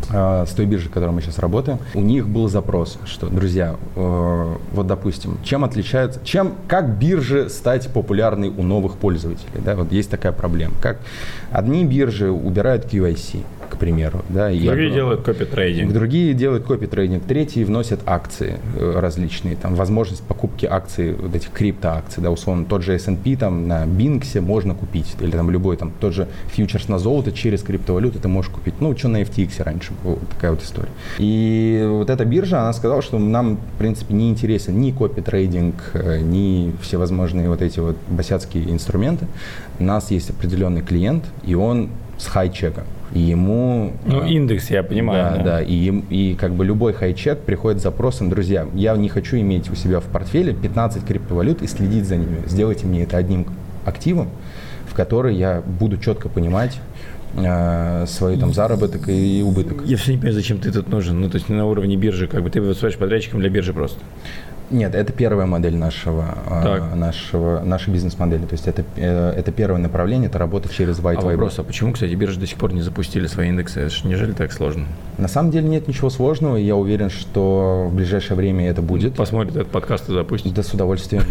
Speaker 2: с той биржей, с которой мы сейчас работаем, у них был запрос, что, друзья, э, вот, допустим, чем отличается, чем, как бирже стать популярной у новых пользователей, да, вот есть такая проблема, как одни биржи убирают кью ай си, к примеру, да, и
Speaker 1: другие
Speaker 2: огром...
Speaker 1: делают копи-трейдинг,
Speaker 2: другие делают копи-трейдинг, третьи вносят акции различные, там, возможность покупки акций, вот этих криптоакций, да, условно, тот же эс энд пи там на Бинксе можно купить, или там любой, там, тот же фьючерс на золото через криптовалюту ты можешь купить, ну, что на эф ти экс раньше, вот такая вот история. И вот эта биржа, она сказала, что нам, в принципе, не интересен ни копи-трейдинг, ни всевозможные вот эти вот босяцкие инструменты. У нас есть определенный клиент, и он с хай-чеком. И ему...
Speaker 1: Ну, индекс, я понимаю.
Speaker 2: Да, да, да. И, и как бы любой хай-чек приходит с запросом: друзья, я не хочу иметь у себя в портфеле пятнадцать криптовалют и следить за ними. Сделайте мне это одним активом, в который я буду четко понимать э, свой там заработок и убыток.
Speaker 1: Я все не понимаю, зачем ты тут нужен. Ну, то есть на уровне биржи, как бы ты выступаешь подрядчиком для биржи просто.
Speaker 2: Нет, это первая модель нашего, э, нашего, нашей бизнес-модели. То есть это, э, это первое направление, это работа через white
Speaker 1: а
Speaker 2: label.
Speaker 1: Вопрос, а почему, кстати, биржи до сих пор не запустили свои индексы? Это же неужели так сложно?
Speaker 2: На самом деле нет ничего сложного, и я уверен, что в ближайшее время это будет.
Speaker 1: Посмотрит этот подкаст и запустит.
Speaker 2: Да, с удовольствием.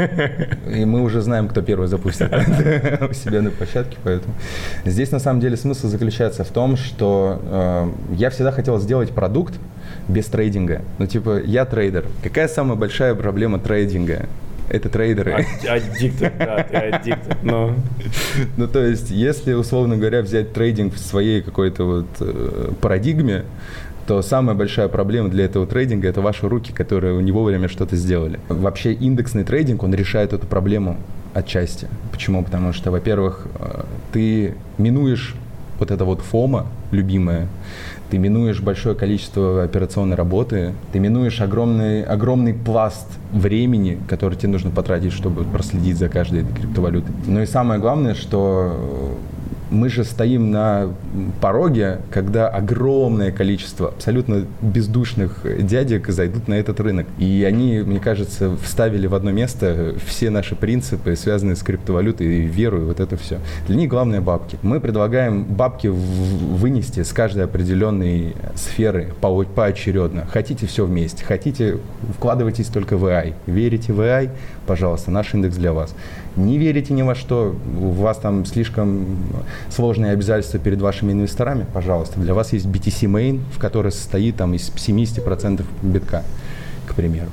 Speaker 2: И мы уже знаем, кто первый запустит у себя на площадке, поэтому здесь на самом деле смысл заключается в том, что э, я всегда хотел сделать продукт без трейдинга. Ну, типа, я трейдер. Какая самая большая проблема трейдинга? Это трейдеры.
Speaker 1: Аддиктор, да, ты аддиктор. Но...
Speaker 2: Ну, то есть, если, условно говоря, взять трейдинг в своей какой-то вот э, парадигме, то самая большая проблема для этого трейдинга – это ваши руки, которые не вовремя что-то сделали. Вообще, индексный трейдинг, он решает эту проблему отчасти. Почему? Потому что, во-первых, ты минуешь вот это вот фома любимое, ты минуешь большое количество операционной работы, ты минуешь огромный, огромный пласт времени, который тебе нужно потратить, чтобы проследить за каждой этой криптовалютой. Ну и самое главное, что мы же стоим на пороге, когда огромное количество абсолютно бездушных дядек зайдут на этот рынок. И они, мне кажется, вставили в одно место все наши принципы, связанные с криптовалютой, и веру, и вот это все. Для них главное бабки. Мы предлагаем бабки вынести с каждой определенной сферы по- поочередно. Хотите все вместе, хотите, вкладывайтесь только в эй ай. Верите в эй ай? Пожалуйста, наш индекс для вас. Не верите ни во что, у вас там слишком сложные обязательства перед вашими инвесторами, пожалуйста, для вас есть би ти си Main, в которой состоит там из семьдесят процентов битка, к примеру.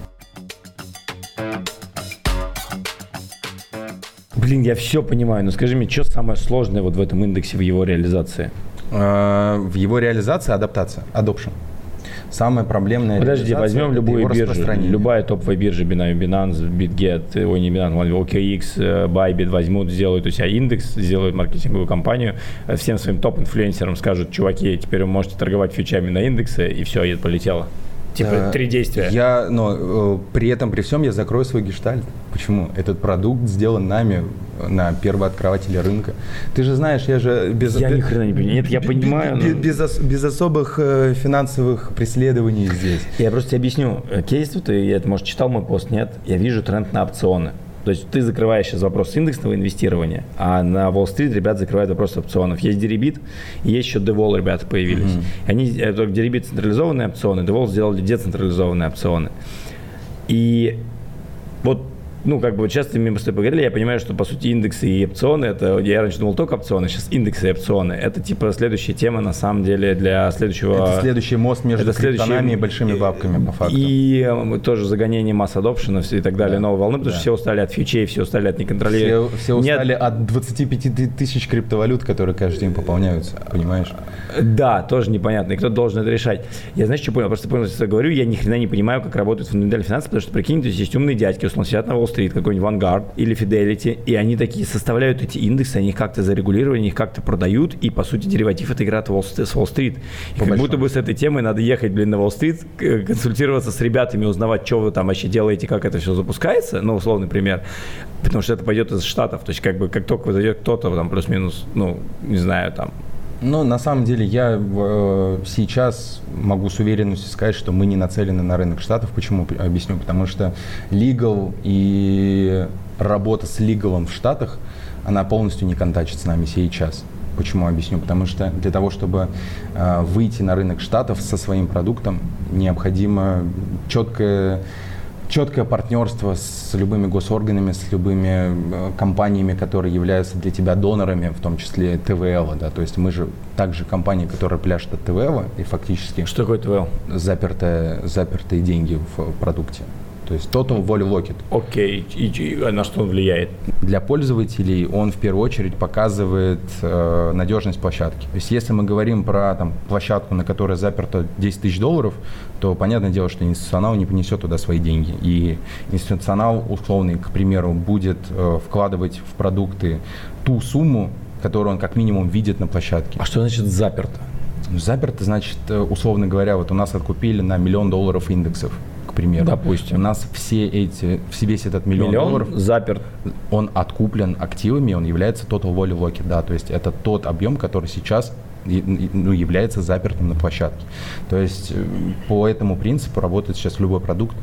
Speaker 1: Блин, я все понимаю, но скажи мне, что самое сложное вот в этом индексе, в его реализации?
Speaker 2: В его реализации адаптация, adoption. Самая проблемная
Speaker 1: Подожди,
Speaker 2: реализация –
Speaker 1: возьмем любую биржу, любая топовая биржа, Binance, BitGet, ой, не Binance, о кей икс, Bybit возьмут, сделают у себя индекс, сделают маркетинговую кампанию, всем своим топ-инфлюенсерам скажут: чуваки, теперь вы можете торговать фьючами на индексы, и все, и полетело. Типа три действия.
Speaker 2: Я, но при этом, при всем, я закрою свой гештальт. Почему? Этот продукт сделан нами на первооткрывателе рынка. Ты же знаешь, я же без...
Speaker 1: Я ни хрена не понимаю. Нет, я понимаю.
Speaker 2: Без, но... без, без особых э, финансовых преследований здесь.
Speaker 1: Я просто тебе объясню. Кейс, ты, я, может, читал мой пост, нет? Я вижу тренд на опционы. То есть ты закрываешь сейчас вопрос индексного инвестирования, а на Уолл-стрит ребята закрывают вопрос опционов. Есть Deribit, и есть еще Devol ребята появились. Mm-hmm. Они, Deribit централизованные опционы, Devol сделали децентрализованные опционы. И вот, ну, как бы вот сейчас мы с тобой поговорили, я понимаю, что, по сути, индексы и опционы, это, я раньше думал только опционы, сейчас индексы и опционы. Это, типа, следующая тема, на самом деле, для следующего...
Speaker 2: Это следующий мост между криптонами и большими бабками, по факту.
Speaker 1: И тоже загонение масс адопшена и так далее, да. Новой волны, потому да. что все устали от фьючей, все устали от неконтролируемых.
Speaker 2: Все, все устали Нет... от двадцати пяти тысяч криптовалют, которые каждый день пополняются, понимаешь?
Speaker 1: Да, тоже непонятно, и кто должен это решать. Я, знаешь, что понял? Просто понял, что я говорю, я ни хрена не понимаю, как работают фундаментальные финансы, потому что, прикинь, то есть есть умные дядьки, условно, сидят на Уолл-стрит, какой-нибудь Vanguard или Fidelity, и они такие составляют эти индексы, они их как-то зарегулировали, они их как-то продают, и, по сути, дериватив – это игра с Уолл-стрит. И как будто бы с этой темой надо ехать, блин, на Уолл-стрит, консультироваться с ребятами, узнавать, что вы там вообще делаете, как это все запускается, ну, условный пример, потому что это пойдет из Штатов, то есть, как бы, как только зайдет кто-то, там, плюс-минус, ну, не знаю, там,
Speaker 2: Ну, на самом деле, я э, сейчас могу с уверенностью сказать, что мы не нацелены на рынок Штатов. Почему? Объясню. Потому что legal и работа с лигалом в Штатах, она полностью не контачит с нами сейчас. Почему объясню? Потому что для того, чтобы э, выйти на рынок Штатов со своим продуктом, необходимо четкое, четкое партнерство с любыми госорганами, с любыми э, компаниями, которые являются для тебя донорами, в том числе тэ вэ эл. Да? То есть мы же также компания, которая пляшет от тэ вэ эл, и фактически...
Speaker 1: Что такое тэ вэ эл?
Speaker 2: Запертые, запертые деньги в продукте. То есть Total Value Locked.
Speaker 1: Окей, okay. и, и на что он влияет?
Speaker 2: Для пользователей он в первую очередь показывает э, надежность площадки. То есть если мы говорим про там, площадку, на которой заперто десять тысяч долларов, то понятное дело, что институционал не понесет туда свои деньги. И институционал, условный, к примеру, будет э, вкладывать в продукты ту сумму, которую он как минимум видит на площадке.
Speaker 1: А что значит заперто?
Speaker 2: Заперто значит, условно говоря, вот у нас откупили на миллион долларов индексов. К примеру.
Speaker 1: Допустим.
Speaker 2: У нас все эти, весь этот миллион,
Speaker 1: миллион
Speaker 2: долларов
Speaker 1: заперт.
Speaker 2: Он откуплен активами, он является Total Value Locked, да, то есть это тот объем, который сейчас ну, является запертым на площадке. То есть по этому принципу работает сейчас любой продукт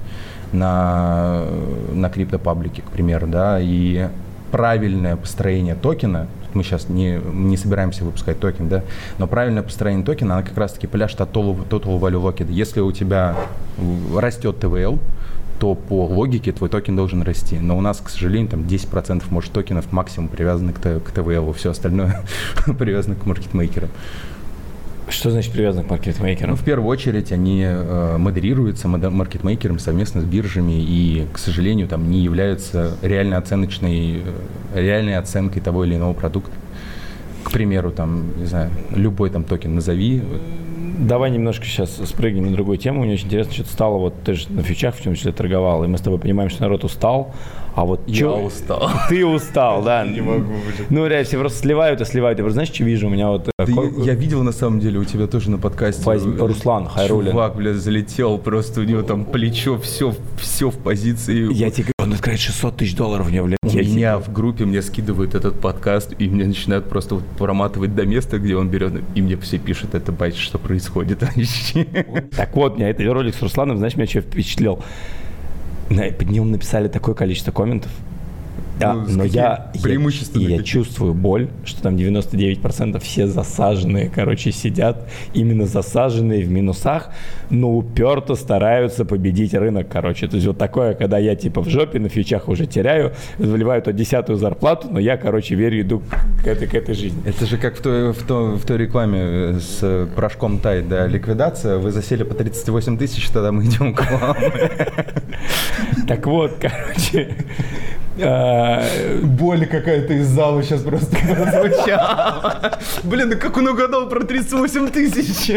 Speaker 2: на, на криптопаблике, к примеру, да, и правильное построение токена, мы сейчас не, не собираемся выпускать токен, да, но правильное построение токена, она как раз-таки пляшет от Total Value Locked. Если у тебя растет тэ вэ эл, то по логике твой токен должен расти. Но у нас, к сожалению, там десять процентов, может, токенов максимум привязаны к тэ вэ эл, все остальное привязано к маркетмейкерам.
Speaker 1: Что значит привязан к маркетмейкерам?
Speaker 2: Ну, в первую очередь они э, модерируются маркетмейкером совместно с биржами и, к сожалению, там не являются реально оценочной, реальной оценкой того или иного продукта. К примеру, там, не знаю, любой там токен назови.
Speaker 1: Давай немножко сейчас спрыгнем на другую тему. Мне очень интересно, что-то стало, вот ты же на фьючах в том числе торговал, и мы с тобой понимаем, что народ устал, а вот
Speaker 2: я
Speaker 1: чё...
Speaker 2: устал.
Speaker 1: Ты устал, да.
Speaker 2: Не могу уже.
Speaker 1: Ну, реально, все просто сливают и сливают. Я просто, знаешь, что вижу? У меня вот...
Speaker 2: Ты, я видел, на самом деле, у тебя тоже на подкасте.
Speaker 1: Возьми, Руслан Хайруллин.
Speaker 2: Чувак, бля, залетел, просто у него там плечо, все, все в позиции.
Speaker 1: Я тебе говорю, он открывает шестьсот тысяч долларов мне, блядь.
Speaker 2: У
Speaker 1: я
Speaker 2: меня
Speaker 1: тебе...
Speaker 2: в группе мне скидывают этот подкаст, и мне начинают просто вот проматывать до места, где он берет, и мне все пишут, это бать, что происходит.
Speaker 1: Так вот, меня этот ролик с Русланом, знаешь, меня что впечатлил? Под ним написали такое количество комментов. Да, ну, но я, я, я чувствую боль, что там девяносто девять процентов все засаженные, короче, сидят, именно засаженные в минусах, но уперто стараются победить рынок, короче. То есть вот такое, когда я типа в жопе на фьючах уже теряю, вливаю то десятую зарплату, но я, короче, верю, иду к этой, к этой жизни.
Speaker 2: Это же как в той, в той, в той рекламе с порошком Tide, да, ликвидация, вы засели по тридцать восемь тысяч, тогда мы идем к вам.
Speaker 1: Так вот, короче...
Speaker 2: Боль какая-то из зала сейчас просто прозвучала. Блин, ну как он угадал про тридцать восемь тысяч?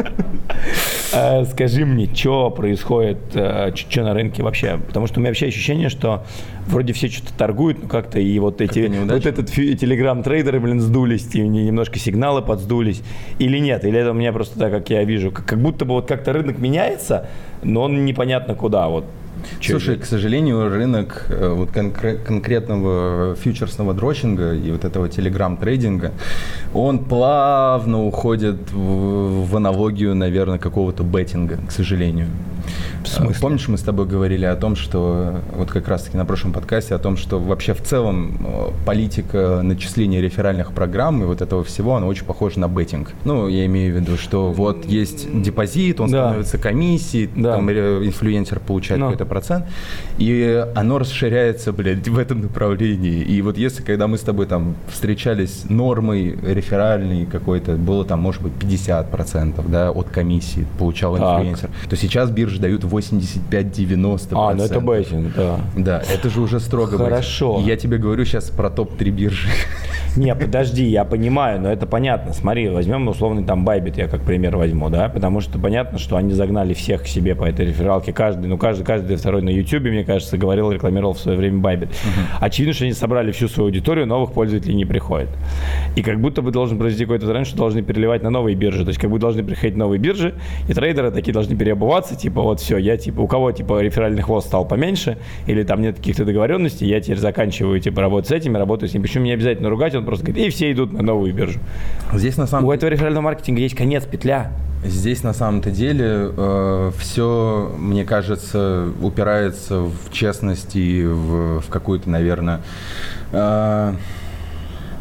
Speaker 1: Скажи мне, что происходит, что на рынке вообще? Потому что у меня вообще ощущение, что вроде все что-то торгуют, но как-то и вот эти, вот этот телеграм-трейдеры, блин, сдулись, и немножко сигналы подсдулись. Или нет? Или это у меня просто так, как я вижу, как будто бы вот как-то рынок меняется, но он непонятно куда, вот.
Speaker 2: Слушай, идет? К сожалению, рынок вот конкре- конкретного фьючерсного дрочинга и вот этого телеграм-трейдинга, он плавно уходит в, в аналогию, наверное, какого-то беттинга, к сожалению. В смысле? Помнишь, мы с тобой говорили о том, что, вот как раз-таки на прошлом подкасте, о том, что вообще в целом политика начисления реферальных программ и вот этого всего, она очень похожа на беттинг. Ну, я имею в виду, что вот есть депозит, он да. становится комиссией, да. там инфлюенсер получает Но. какой-то процент, и оно расширяется, блядь, в этом направлении. И вот если, когда мы с тобой там встречались нормой реферальной какой-то, было там, может быть, пятьдесят процентов, да, от комиссии получал инфлюенсер, так. то сейчас биржи дают восемьдесят пять - девяносто процентов.
Speaker 1: А, ну это беттинг, да.
Speaker 2: Да, это же уже строго
Speaker 1: Хорошо.
Speaker 2: беттинг. Я тебе говорю сейчас про топ три биржи.
Speaker 1: Не, подожди, я понимаю, но это понятно. Смотри, возьмем условный там Bybit, я как пример возьму, да, потому что понятно, что они загнали всех к себе по этой рефералке. Каждый, ну каждый, каждый второй на YouTube, мне кажется, говорил, рекламировал в свое время Bybit. Uh-huh. Очевидно, что они собрали всю свою аудиторию, новых пользователей не приходит. И как будто бы должен произойти какой-то тренд, что должны переливать на новые биржи. То есть как будто должны приходить новые биржи, и трейдеры такие должны переобуваться, типа вот все, я типа, у кого типа реферальный хвост стал поменьше, или там нет каких-то договоренностей, я теперь заканчиваю типа работать с этими, работаю с ними. Причем не обязательно ругать, он просто говорит, и все идут на новую биржу.
Speaker 2: Здесь на самом...
Speaker 1: У этого реферального маркетинга есть конец, петля.
Speaker 2: Здесь на самом-то деле э, все, мне кажется, упирается в честность и в, в какую-то, наверное, э,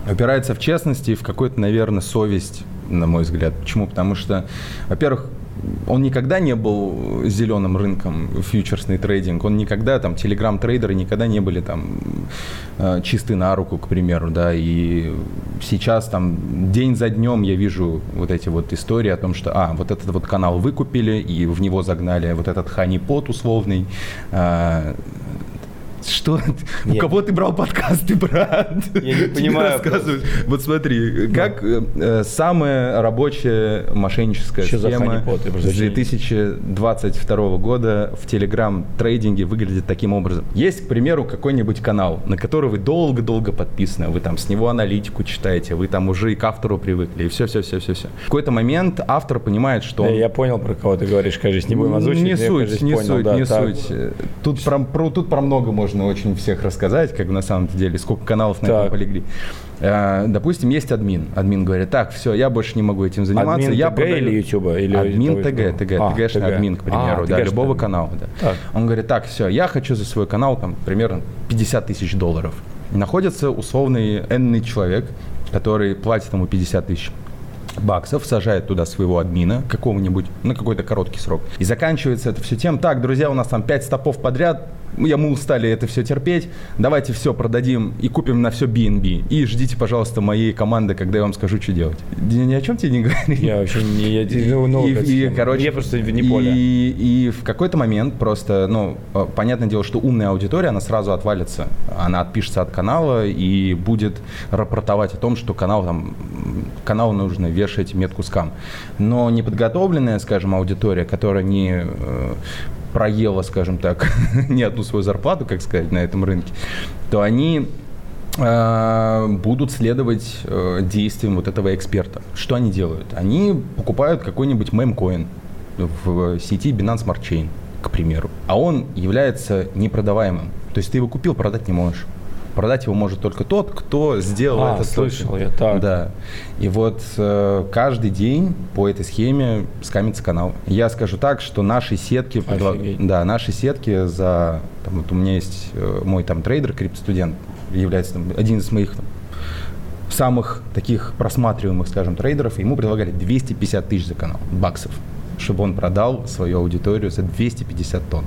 Speaker 2: упирается в честность и в какую-то, наверное, совесть, на мой взгляд. Почему? Потому что, во-первых, он никогда не был зеленым рынком, фьючерсный трейдинг. Он никогда, там, телеграм-трейдеры никогда не были там чисты на руку, к примеру, да. И сейчас там день за днем я вижу вот эти вот истории о том, что, а, вот этот вот канал выкупили и в него загнали вот этот ханипот условный. Что? Нет. У кого ты брал подкасты, брат?
Speaker 1: Я не понимаю.
Speaker 2: Вот смотри, как э, самая рабочая мошенническая
Speaker 1: что
Speaker 2: схема с две тысячи двадцать второго года в телеграм-трейдинге выглядит таким образом. Есть, к примеру, какой-нибудь канал, на который вы долго-долго подписаны, вы там с него аналитику читаете, вы там уже и к автору привыкли, и все-все-все-все-все. В какой-то момент автор понимает, что он...
Speaker 1: Да, я понял, про кого ты говоришь, кажется, не будем озвучивать.
Speaker 2: Не суть, кажется, не
Speaker 1: понял,
Speaker 2: суть,
Speaker 1: да,
Speaker 2: не
Speaker 1: так.
Speaker 2: суть. Тут про, про, тут про много можно очень всех рассказать, как на самом деле, сколько каналов на этом полегли. А, допустим, есть админ. Админ говорит, так, все, я больше не могу этим заниматься.
Speaker 1: Админ
Speaker 2: я
Speaker 1: ТГ
Speaker 2: продаю...
Speaker 1: или Ютуба? Или
Speaker 2: админ ТГ, ТГ,
Speaker 1: а,
Speaker 2: ТГшный
Speaker 1: ТГ.
Speaker 2: админ, к примеру, а, да, любого админ. Канала. Да. Он говорит, так, все, я хочу за свой канал там примерно пятьдесят тысяч долларов. Находится условный энный человек, который платит ему пятьдесят тысяч баксов, сажает туда своего админа какого-нибудь на какой-то короткий срок. И заканчивается это все тем, так, друзья, у нас там пять стопов подряд, мы устали это все терпеть, давайте все продадим и купим на все би эн би. И ждите, пожалуйста, моей команды, когда я вам скажу, что делать. Я ни о чем тебе не говорю.
Speaker 1: Я вообще не... Я, ну, ну,
Speaker 2: и, и, короче,
Speaker 1: я просто не поле.
Speaker 2: И, и в какой-то момент просто, ну, понятное дело, что умная аудитория, она сразу отвалится. Она отпишется от канала и будет рапортовать о том, что канал, там, каналу нужно вешать метку скам. Но неподготовленная, скажем, аудитория, которая не... проела, скажем так, не одну свою зарплату, как сказать, на этом рынке, то они э, будут следовать э, действиям вот этого эксперта. Что они делают? Они покупают какой-нибудь мемкоин в сети Binance Smart Chain, к примеру, а он является непродаваемым. То есть ты его купил, продать не можешь. Продать его может только тот, кто сделал
Speaker 1: а,
Speaker 2: это.
Speaker 1: Слышал я, так.
Speaker 2: Да. И вот э, каждый день по этой схеме скамится канал. Я скажу так, что наши сетки, да, наши сетки за, там, вот у меня есть э, мой там трейдер, криптостудент, является там, один из моих там, самых таких просматриваемых, скажем, трейдеров. Ему предлагали двести пятьдесят тысяч за канал, баксов, чтобы он продал свою аудиторию за двести пятьдесят тонн.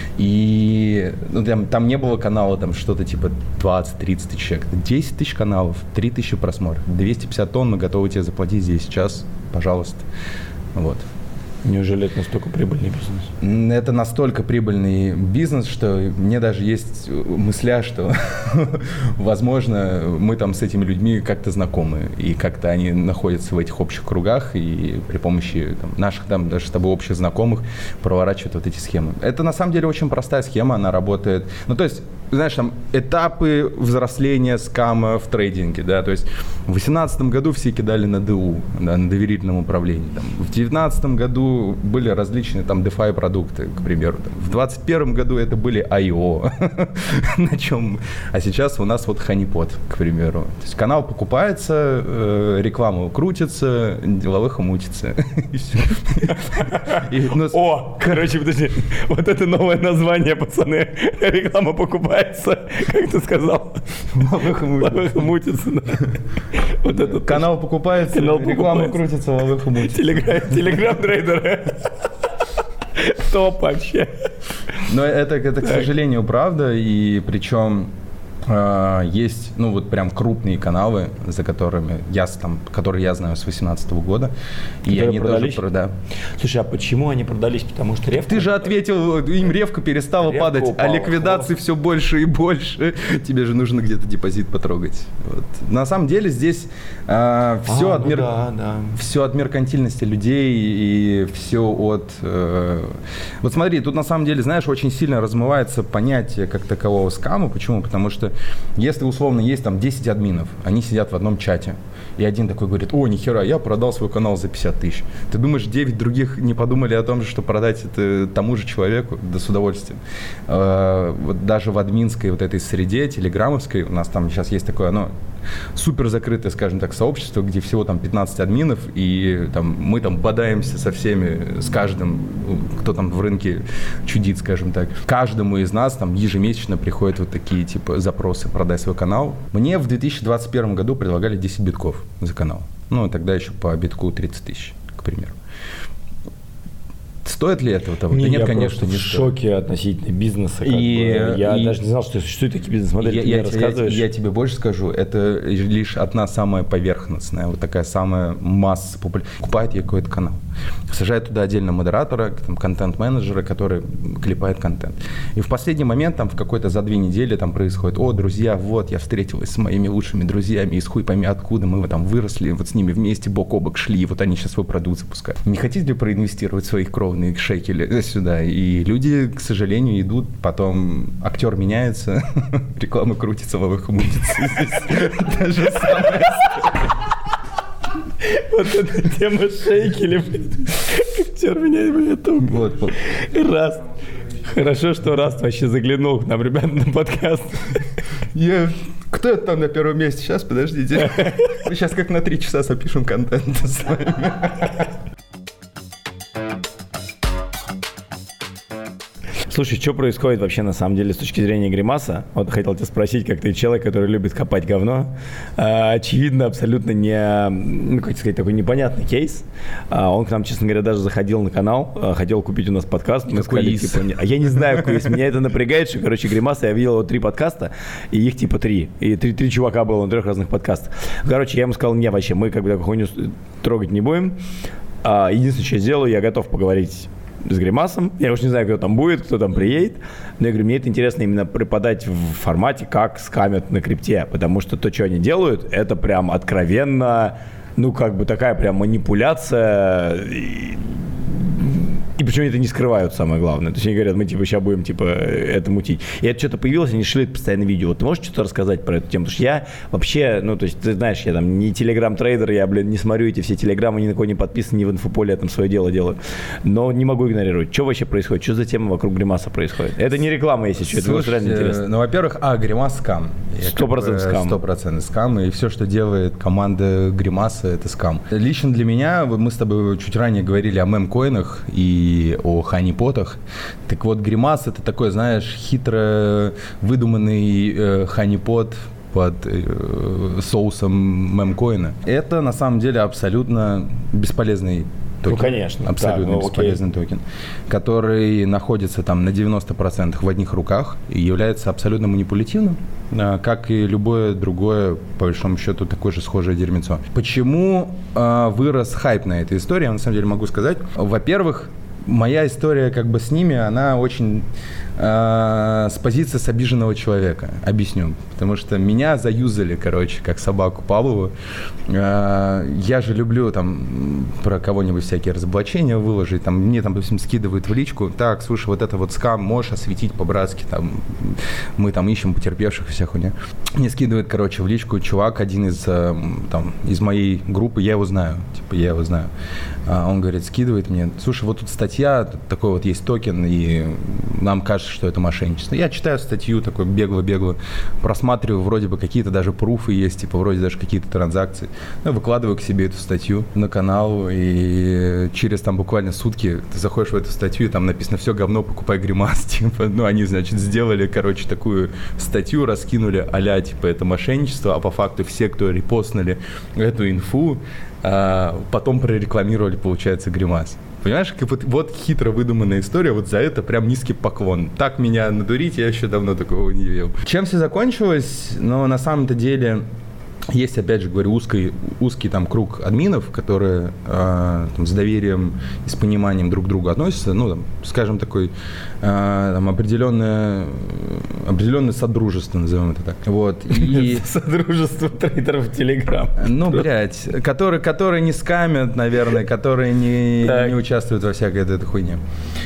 Speaker 2: И ну, там, там не было канала там что-то типа двадцать-тридцать тысяч человек. десять тысяч каналов, три тысячи просмотров. двести пятьдесят тонн мы готовы тебе заплатить здесь сейчас, пожалуйста. Вот.
Speaker 1: Неужели это настолько прибыльный бизнес?
Speaker 2: Это настолько прибыльный бизнес, что мне даже есть мысля, что, возможно, мы там с этими людьми как-то знакомы, и как-то они находятся в этих общих кругах, и при помощи там, наших там даже с тобой общих знакомых проворачивают вот эти схемы. Это на самом деле очень простая схема, она работает. Ну, то есть, знаешь, там этапы взросления скама в трейдинге, да, то есть в две тысячи восемнадцатом году все кидали на ДУ, да, на доверительном управлении, там, в две тысячи девятнадцатом году были различные там DeFi продукты, к примеру, там, в двадцать первом году это были ай о, на чем, а сейчас у нас вот ханипот, к примеру, то есть канал покупается, э, реклама крутится, деловых мутится, и все.
Speaker 1: О, короче, подожди, вот это новое название, пацаны, реклама покупается. Как ты сказал?
Speaker 2: Лавых
Speaker 1: мутится. Вот этот
Speaker 2: канал покупается,
Speaker 1: канал
Speaker 2: реклама крутится, лавых мутится.
Speaker 1: Телеграм-трейдеры. Топ вообще.
Speaker 2: Но это, это, к сожалению, правда, и причем э, есть, ну, вот прям крупные каналы, за которыми я, там, которые я знаю с две тысячи восемнадцатого года, и они
Speaker 1: продались?
Speaker 2: тоже, да.
Speaker 1: Слушай, а почему они продались? Потому что ревка...
Speaker 2: Ты же ответил, им ревка перестала ревка падать, упала, а ликвидации все больше и больше. Тебе же нужно где-то депозит потрогать. Вот. На самом деле здесь э, все, а, от, ну мер... да, да. все от меркантильности людей и все от... Э... Вот смотри, тут на самом деле, знаешь, очень сильно размывается понятие как такового скама. Почему? Потому что если условно есть там десять админов, они сидят в одном чате, и один такой говорит: о, нихера, я продал свой канал за пятьдесят тысяч. Ты думаешь, девять других не подумали о том, что продать это тому же человеку? Да с удовольствием. Вот даже в админской вот этой среде, телеграммовской, у нас там сейчас есть такое, оно супер закрытое, скажем так, сообщество, где всего там пятнадцать админов, и там мы там бодаемся со всеми, с каждым, кто там в рынке чудит, скажем так. Каждому из нас там ежемесячно приходят вот такие типа запросы вопросы, продай свой канал. Мне в две тысячи двадцать первом году предлагали десять битков за канал. Ну, тогда еще по битку тридцать тысяч, к примеру. Стоит ли этого того?
Speaker 1: Не,
Speaker 2: да нет,
Speaker 1: я
Speaker 2: конечно, не
Speaker 1: в шоке стоит. Относительно бизнеса. Как
Speaker 2: и,
Speaker 1: бы. Я
Speaker 2: и,
Speaker 1: даже не знал, что существует такие бизнес-модели.
Speaker 2: Я,
Speaker 1: ты
Speaker 2: я,
Speaker 1: мне рассказываешь.
Speaker 2: Я, я тебе больше скажу, это лишь одна самая поверхностная, вот такая самая масса популярная. Покупает ей какой-то канал. Сажает туда отдельно модератора, там, контент-менеджера, который клепает контент. И в последний момент, там, в какой-то за две недели там происходит: о, друзья, вот, я встретилась с моими лучшими друзьями, из хуй пойми откуда, мы там выросли, вот с ними вместе бок о бок шли, вот они сейчас свой продукт запускают. Не хотите ли проинвестировать свои кровные шекели сюда? И люди, к сожалению, идут, потом актер меняется, реклама крутится, ловых мутится. Та же самая история.
Speaker 1: Вот эта тема шейкели, актер меняет, блядь,
Speaker 2: вот.
Speaker 1: Раст. Хорошо, что Раст вообще заглянул к нам, ребята, на подкаст.
Speaker 2: Я... Кто это там на первом месте? Сейчас, подождите. Мы сейчас как на три часа запишем контент с вами.
Speaker 1: Слушай, что происходит вообще на самом деле с точки зрения Гримаса? Вот хотел тебя спросить, как ты человек, который любит копать говно. А, очевидно, абсолютно не, ну, как сказать, такой непонятный кейс. А, он к нам, честно говоря, даже заходил на канал, а, хотел купить у нас подкаст. Мы сказали, типа, а я не знаю, какой есть. Меня это напрягает, что, короче, Гримаса, я видел вот три подкаста, и их типа три. И три, три чувака было на трех разных подкастах. Короче, я ему сказал, не, вообще, мы как бы такую хуйню трогать не будем. А, единственное, что я сделаю, я готов поговорить с Гримасом. Я уж не знаю, кто там будет, кто там приедет. Но я говорю, мне это интересно именно преподать в формате, как скамят на крипте. Потому что то, что они делают, это прям откровенно, ну, как бы такая прям манипуляция. И, и причем это не скрывают, самое главное. То есть они говорят, мы типа сейчас будем типа это мутить. И это что-то появилось, они шлют постоянно видео. Вот ты можешь что-то рассказать про эту тему? Потому что я вообще, ну, то есть, ты знаешь, я там не телеграм-трейдер, я, блин, не смотрю эти все телеграммы, ни на кого не подписан, ни в инфополе, я там свое дело делаю. Но не могу игнорировать. Что вообще происходит? Что за тема вокруг Гримаса происходит? Это не реклама, если что, это просто реально интересно.
Speaker 2: Ну, во-первых, а, Гримас скам.
Speaker 1: Сто процентов скам.
Speaker 2: Сто процентов скам. И все, что делает команда Гримаса, это скам. Лично для меня, мы с тобой чуть ранее говорили о мемкоинах и о хани потах. Так вот, Гримас — это такой, знаешь, хитро выдуманный э, ханипот под э, соусом мемкоина. Это, на самом деле, абсолютно бесполезный токен.
Speaker 1: Ну, конечно.
Speaker 2: Абсолютно
Speaker 1: да, ну,
Speaker 2: бесполезный
Speaker 1: окей.
Speaker 2: токен, который находится там на девяносто процентов в одних руках и является абсолютно манипулятивным, как и любое другое, по большому счету, такое же схожее дерьмецо. Почему э, вырос хайп на этой истории, я на самом деле могу сказать. Во-первых, моя история как бы с ними, она очень э, с позиции с обиженного человека. Объясню. Потому что меня заюзали, короче, как собаку Павлову. Э, я же люблю там про кого-нибудь всякие разоблачения выложить. Там, мне там, допустим, скидывают в личку. Так, слушай, вот это вот скам, можешь осветить по-братски. Там, мы там ищем потерпевших и вся хуйня. Мне скидывает, короче, в личку чувак, один из, э, там, из моей группы. Я его знаю. Типа, я его знаю. А он говорит, скидывает мне. Слушай, вот тут статья, тут такой вот есть токен, и нам кажется, что это мошенничество. Я читаю статью, такой бегло-бегло, просматриваю, вроде бы какие-то даже пруфы есть, типа вроде даже какие-то транзакции. Ну, выкладываю к себе эту статью на канал, и через там буквально сутки ты заходишь в эту статью, и там написано «Все говно, покупай Гримас». Типа, ну, они, значит, сделали, короче, такую статью, раскинули а-ля, типа, это мошенничество, а по факту все, кто репостнули эту инфу, а потом прорекламировали, получается, Гримас. Понимаешь, как вот, вот хитро выдуманная история, вот за это прям низкий поклон. Так меня надурить, я еще давно такого не видел. Чем все закончилось? Но на самом-то деле есть, опять же говорю, узкий, узкий там круг админов, которые э, там, с доверием и с пониманием друг к другу относятся. Ну, там, скажем, такой э, там, определенное, определенное содружество, назовем это так. Вот. И...
Speaker 1: Содружество трейдеров в Телеграм.
Speaker 2: Ну, блядь, которые, которые не скамят, наверное, которые не, не участвуют во всякой этой хуйне.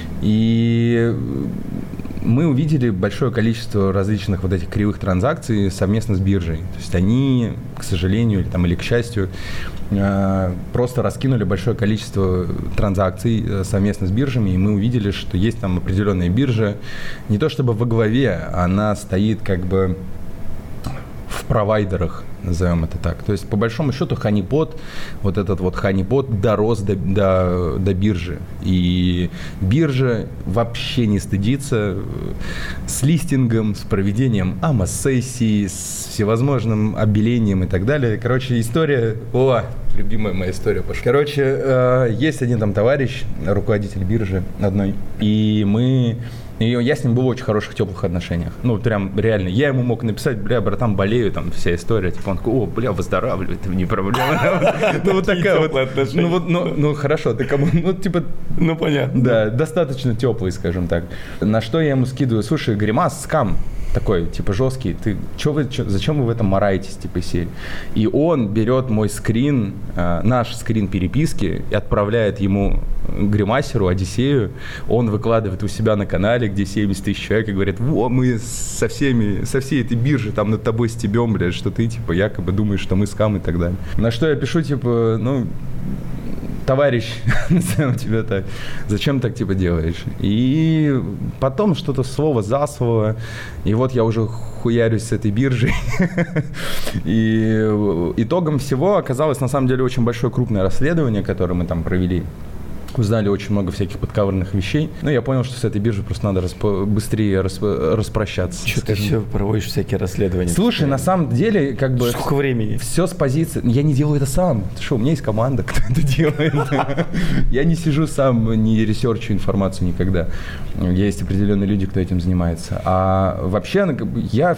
Speaker 2: И мы увидели большое количество различных вот этих кривых транзакций совместно с биржей. То есть они, к сожалению, или, там, или к счастью, просто раскинули большое количество транзакций совместно с биржами, и мы увидели, что есть там определенная биржа, не то чтобы во главе, она стоит как бы в провайдерах, назовем это так. То есть, по большому счету, Honeypot, вот этот вот Honeypot дорос до, до, до биржи. И биржа вообще не стыдится с листингом, с проведением АМА-сессий, с всевозможным обелением и так далее. Короче, история... О, любимая моя история пошла. Короче, э, есть один там товарищ, руководитель биржи одной, и мы... И я с ним был в очень хороших, теплых отношениях. Ну, прям реально. Я ему мог написать, бля, братан, болею, там, вся история. Типа он такой, о, бля, выздоравливай, это не проблема. Ну, вот такая вот. Ну, вот, ну, хорошо, ты кому, ну, типа...
Speaker 1: Ну, понятно.
Speaker 2: Да, достаточно теплый, скажем так. На что я ему скидываю, слушай, Гримас, скам. Такой, типа, жесткий, ты, чё вы, чё, зачем вы в этом мараетесь, типа, серии? И он берет мой скрин, э, наш скрин переписки и отправляет ему Гримасеру, Одиссею, он выкладывает у себя на канале, где семьдесят тысяч человек, и говорит, во, мы со всеми, со всей этой биржи там над тобой стебем, блядь, что ты, типа, якобы думаешь, что мы скам и так далее. На что я пишу, типа, ну... товарищ, назовем тебя так, зачем так типа делаешь? И потом что-то слово за слово, и вот я уже хуярюсь с этой биржей. И итогом всего оказалось на самом деле очень большое крупное расследование, которое мы там провели. Узнали очень много всяких подковырных вещей. Ну, я понял, что с этой биржей просто надо расп- быстрее расп- распрощаться.
Speaker 1: Что ты все проводишь всякие расследования?
Speaker 2: Слушай, на самом деле, как бы...
Speaker 1: Сколько времени?
Speaker 2: Все с позиции... Я не делаю это сам. Что, у меня есть команда, кто это делает. Я не сижу сам, не ресерчу информацию никогда. Есть определенные люди, кто этим занимается. А вообще, я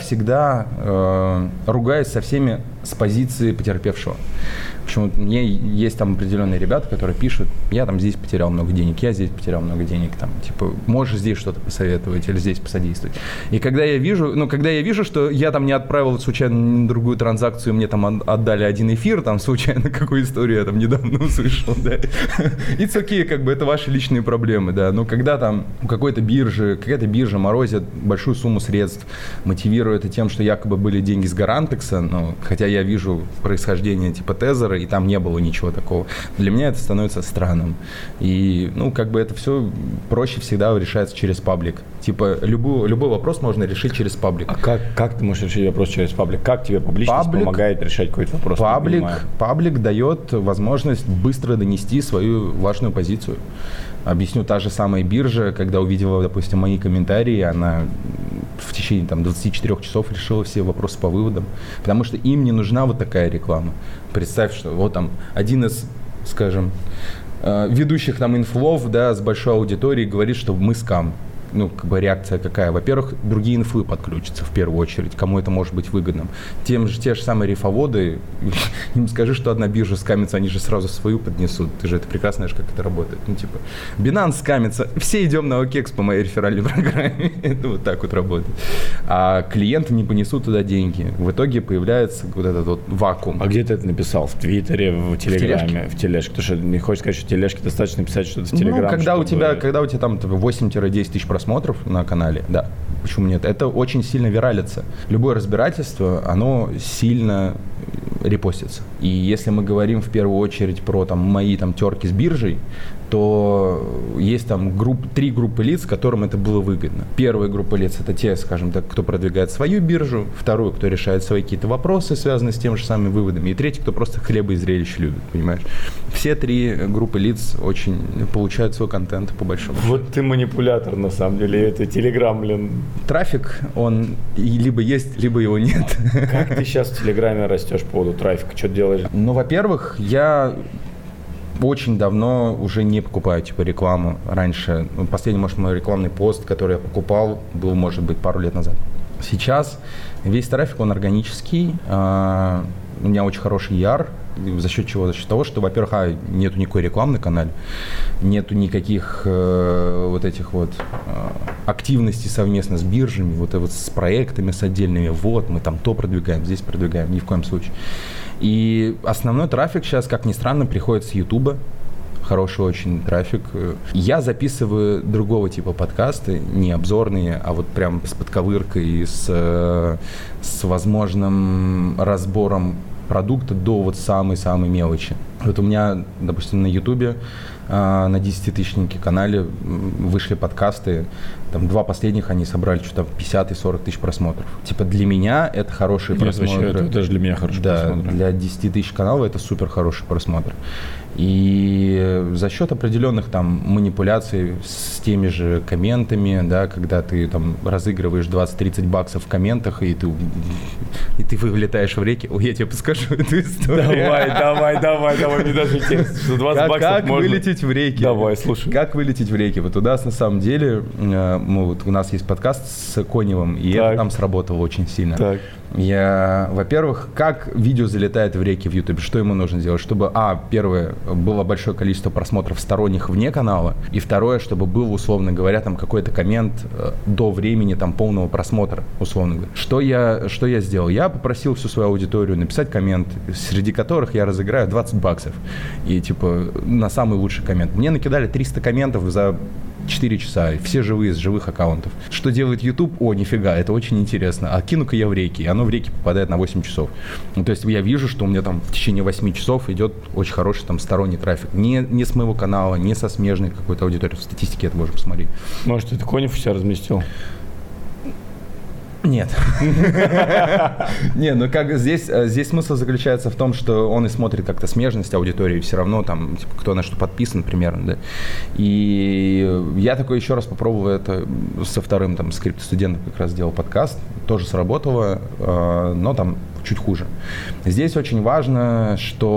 Speaker 2: всегда ругаюсь со всеми с позиции потерпевшего. Почему мне есть там определенные ребята, которые пишут, я там здесь потерял много денег, я здесь потерял много денег, там, типа, можешь здесь что-то посоветовать или здесь посодействовать. И когда я вижу, ну, когда я вижу, что я там не отправил случайно на другую транзакцию, мне там отдали один эфир, там, случайно, какую историю я там недавно услышал, да, it's okay, как бы, это ваши личные проблемы, да, но когда там у какой-то биржи, какая-то биржа морозит большую сумму средств, мотивируя это тем, что якобы были деньги с Гарантекса, ну, хотя я вижу происхождение типа Тезера, и там не было ничего такого. Для меня это становится странным. И, ну, как бы это все проще всегда решается через паблик. Типа, любой, любой вопрос можно решить через паблик.
Speaker 1: А как, как ты можешь решить вопрос через паблик? Как тебе публичность паблик, помогает решать какой-то вопрос?
Speaker 2: Паблик, паблик дает возможность быстро донести свою важную позицию. Объясню, та же самая биржа, когда увидела, допустим, мои комментарии, она в течение там, двадцати четырёх часов решила все вопросы по выводам, потому что им не нужна вот такая реклама. Представь, что вот там один из, скажем, ведущих там инфлов, да, с большой аудиторией говорит, что мы скам. Ну, как бы реакция какая? Во-первых, другие инфлы подключатся в первую очередь, кому это может быть выгодным. Тем же, те же самые рифоводы, им скажи, что одна биржа скамится, они же сразу свою поднесут. Ты же это прекрасно знаешь, как это работает. Ну, типа, Binance скамится, все идем на OKEX по моей реферальной программе. Это вот так вот работает. А клиенты не понесут туда деньги. В итоге появляется вот этот вот вакуум.
Speaker 1: А где ты это написал? В Твиттере, в Телеграме? В тележке. Потому что не хочешь сказать, что в тележке достаточно писать что-то в Телеграме.
Speaker 2: Ну, когда,
Speaker 1: чтобы...
Speaker 2: у тебя, когда у тебя там восемь-десять тысяч просмотров, просмотров на канале, да, почему нет? Это очень сильно виралится. Любое разбирательство, оно сильно репостится. И если мы говорим в первую очередь про там, мои там, терки с биржей, то есть там групп, три группы лиц, которым это было выгодно. Первая группа лиц – это те, скажем так, кто продвигает свою биржу, вторую, кто решает свои какие-то вопросы, связанные с теми же самыми выводами, и третий, кто просто хлеба и зрелищ любит, понимаешь? Все три группы лиц очень получают свой контент по большому счету.
Speaker 1: Вот ты манипулятор, на самом деле, это Телеграм, блин.
Speaker 2: Трафик, он либо есть, либо его нет.
Speaker 1: Как ты сейчас в Телеграме растешь по поводу трафика? Что ты делаешь?
Speaker 2: Ну, во-первых, я очень давно уже не покупаю типа рекламу. Раньше, ну, последний, может, мой рекламный пост, который я покупал, был, может быть, пару лет назад. Сейчас весь трафик, он органический. А, у меня очень хороший яр. За счет чего? За счет того, что, во-первых, а, нету никакой рекламы на канале, нету никаких э, вот этих вот э, активностей совместно с биржами, вот, вот с проектами, с отдельными. Вот, мы там то продвигаем, здесь продвигаем, ни в коем случае. И основной трафик сейчас, как ни странно, приходит с Ютуба. Хороший очень трафик. Я записываю другого типа подкасты, не обзорные, а вот прям с подковыркой, с, с возможным разбором продукта до вот самой-самой мелочи. Вот у меня, допустим, на Ютубе на десятитысячнике канале вышли подкасты. Там два последних они собрали что-то пятьдесят и сорок тысяч просмотров. Типа для меня это хорошие
Speaker 1: Нет,
Speaker 2: просмотры.
Speaker 1: Вообще, это даже для меня хороший
Speaker 2: да,
Speaker 1: просмотр.
Speaker 2: Для десяти тысяч каналов это супер хороший просмотр. И за счет определенных там манипуляций с теми же комментами, да, когда ты там разыгрываешь двадцать-тридцать баксов в комментах, и ты, и ты вылетаешь в реки. Ой, я тебе подскажу эту историю.
Speaker 1: Давай, давай, давай, давай, мне даже интересно, что двадцать
Speaker 2: как,
Speaker 1: баксов
Speaker 2: как
Speaker 1: можно...
Speaker 2: вылететь в реки?
Speaker 1: Давай, слушай.
Speaker 2: Как вылететь в реки? Вот у нас на самом деле, мы, вот, у нас есть подкаст с Коневым, и так. это там сработало очень сильно.
Speaker 1: Так.
Speaker 2: Я, во-первых, как видео залетает в реки в YouTube, что ему нужно сделать? Чтобы, а, первое, было большое количество просмотров сторонних вне канала, и второе, чтобы был, условно говоря, там какой-то коммент до времени там полного просмотра, условно говоря. Что я, что я сделал? Я попросил всю свою аудиторию написать коммент, среди которых я разыграю двадцать баксов. И, типа, на самый лучший коммент. Мне накидали триста комментов за четыре часа, все живые, с живых аккаунтов. Что делает YouTube? О, нифига, это очень интересно. А кину-ка я в реки, и оно в реки попадает на восемь часов. Ну, то есть я вижу, что у меня там в течение восьми часов идет очень хороший там сторонний трафик. Не, не с моего канала, не со смежной какой-то аудитории. В статистике это можно посмотреть.
Speaker 1: Может, это Конев у себя разместил?
Speaker 2: Нет. Не, ну как здесь, здесь смысл заключается в том, что он и смотрит как-то смежность аудитории, все равно там, типа, кто на что подписан примерно, да. И я такой еще раз попробовал это со вторым там скрипт-студентом, как раз делал подкаст, тоже сработало, но там чуть хуже. Здесь очень важно,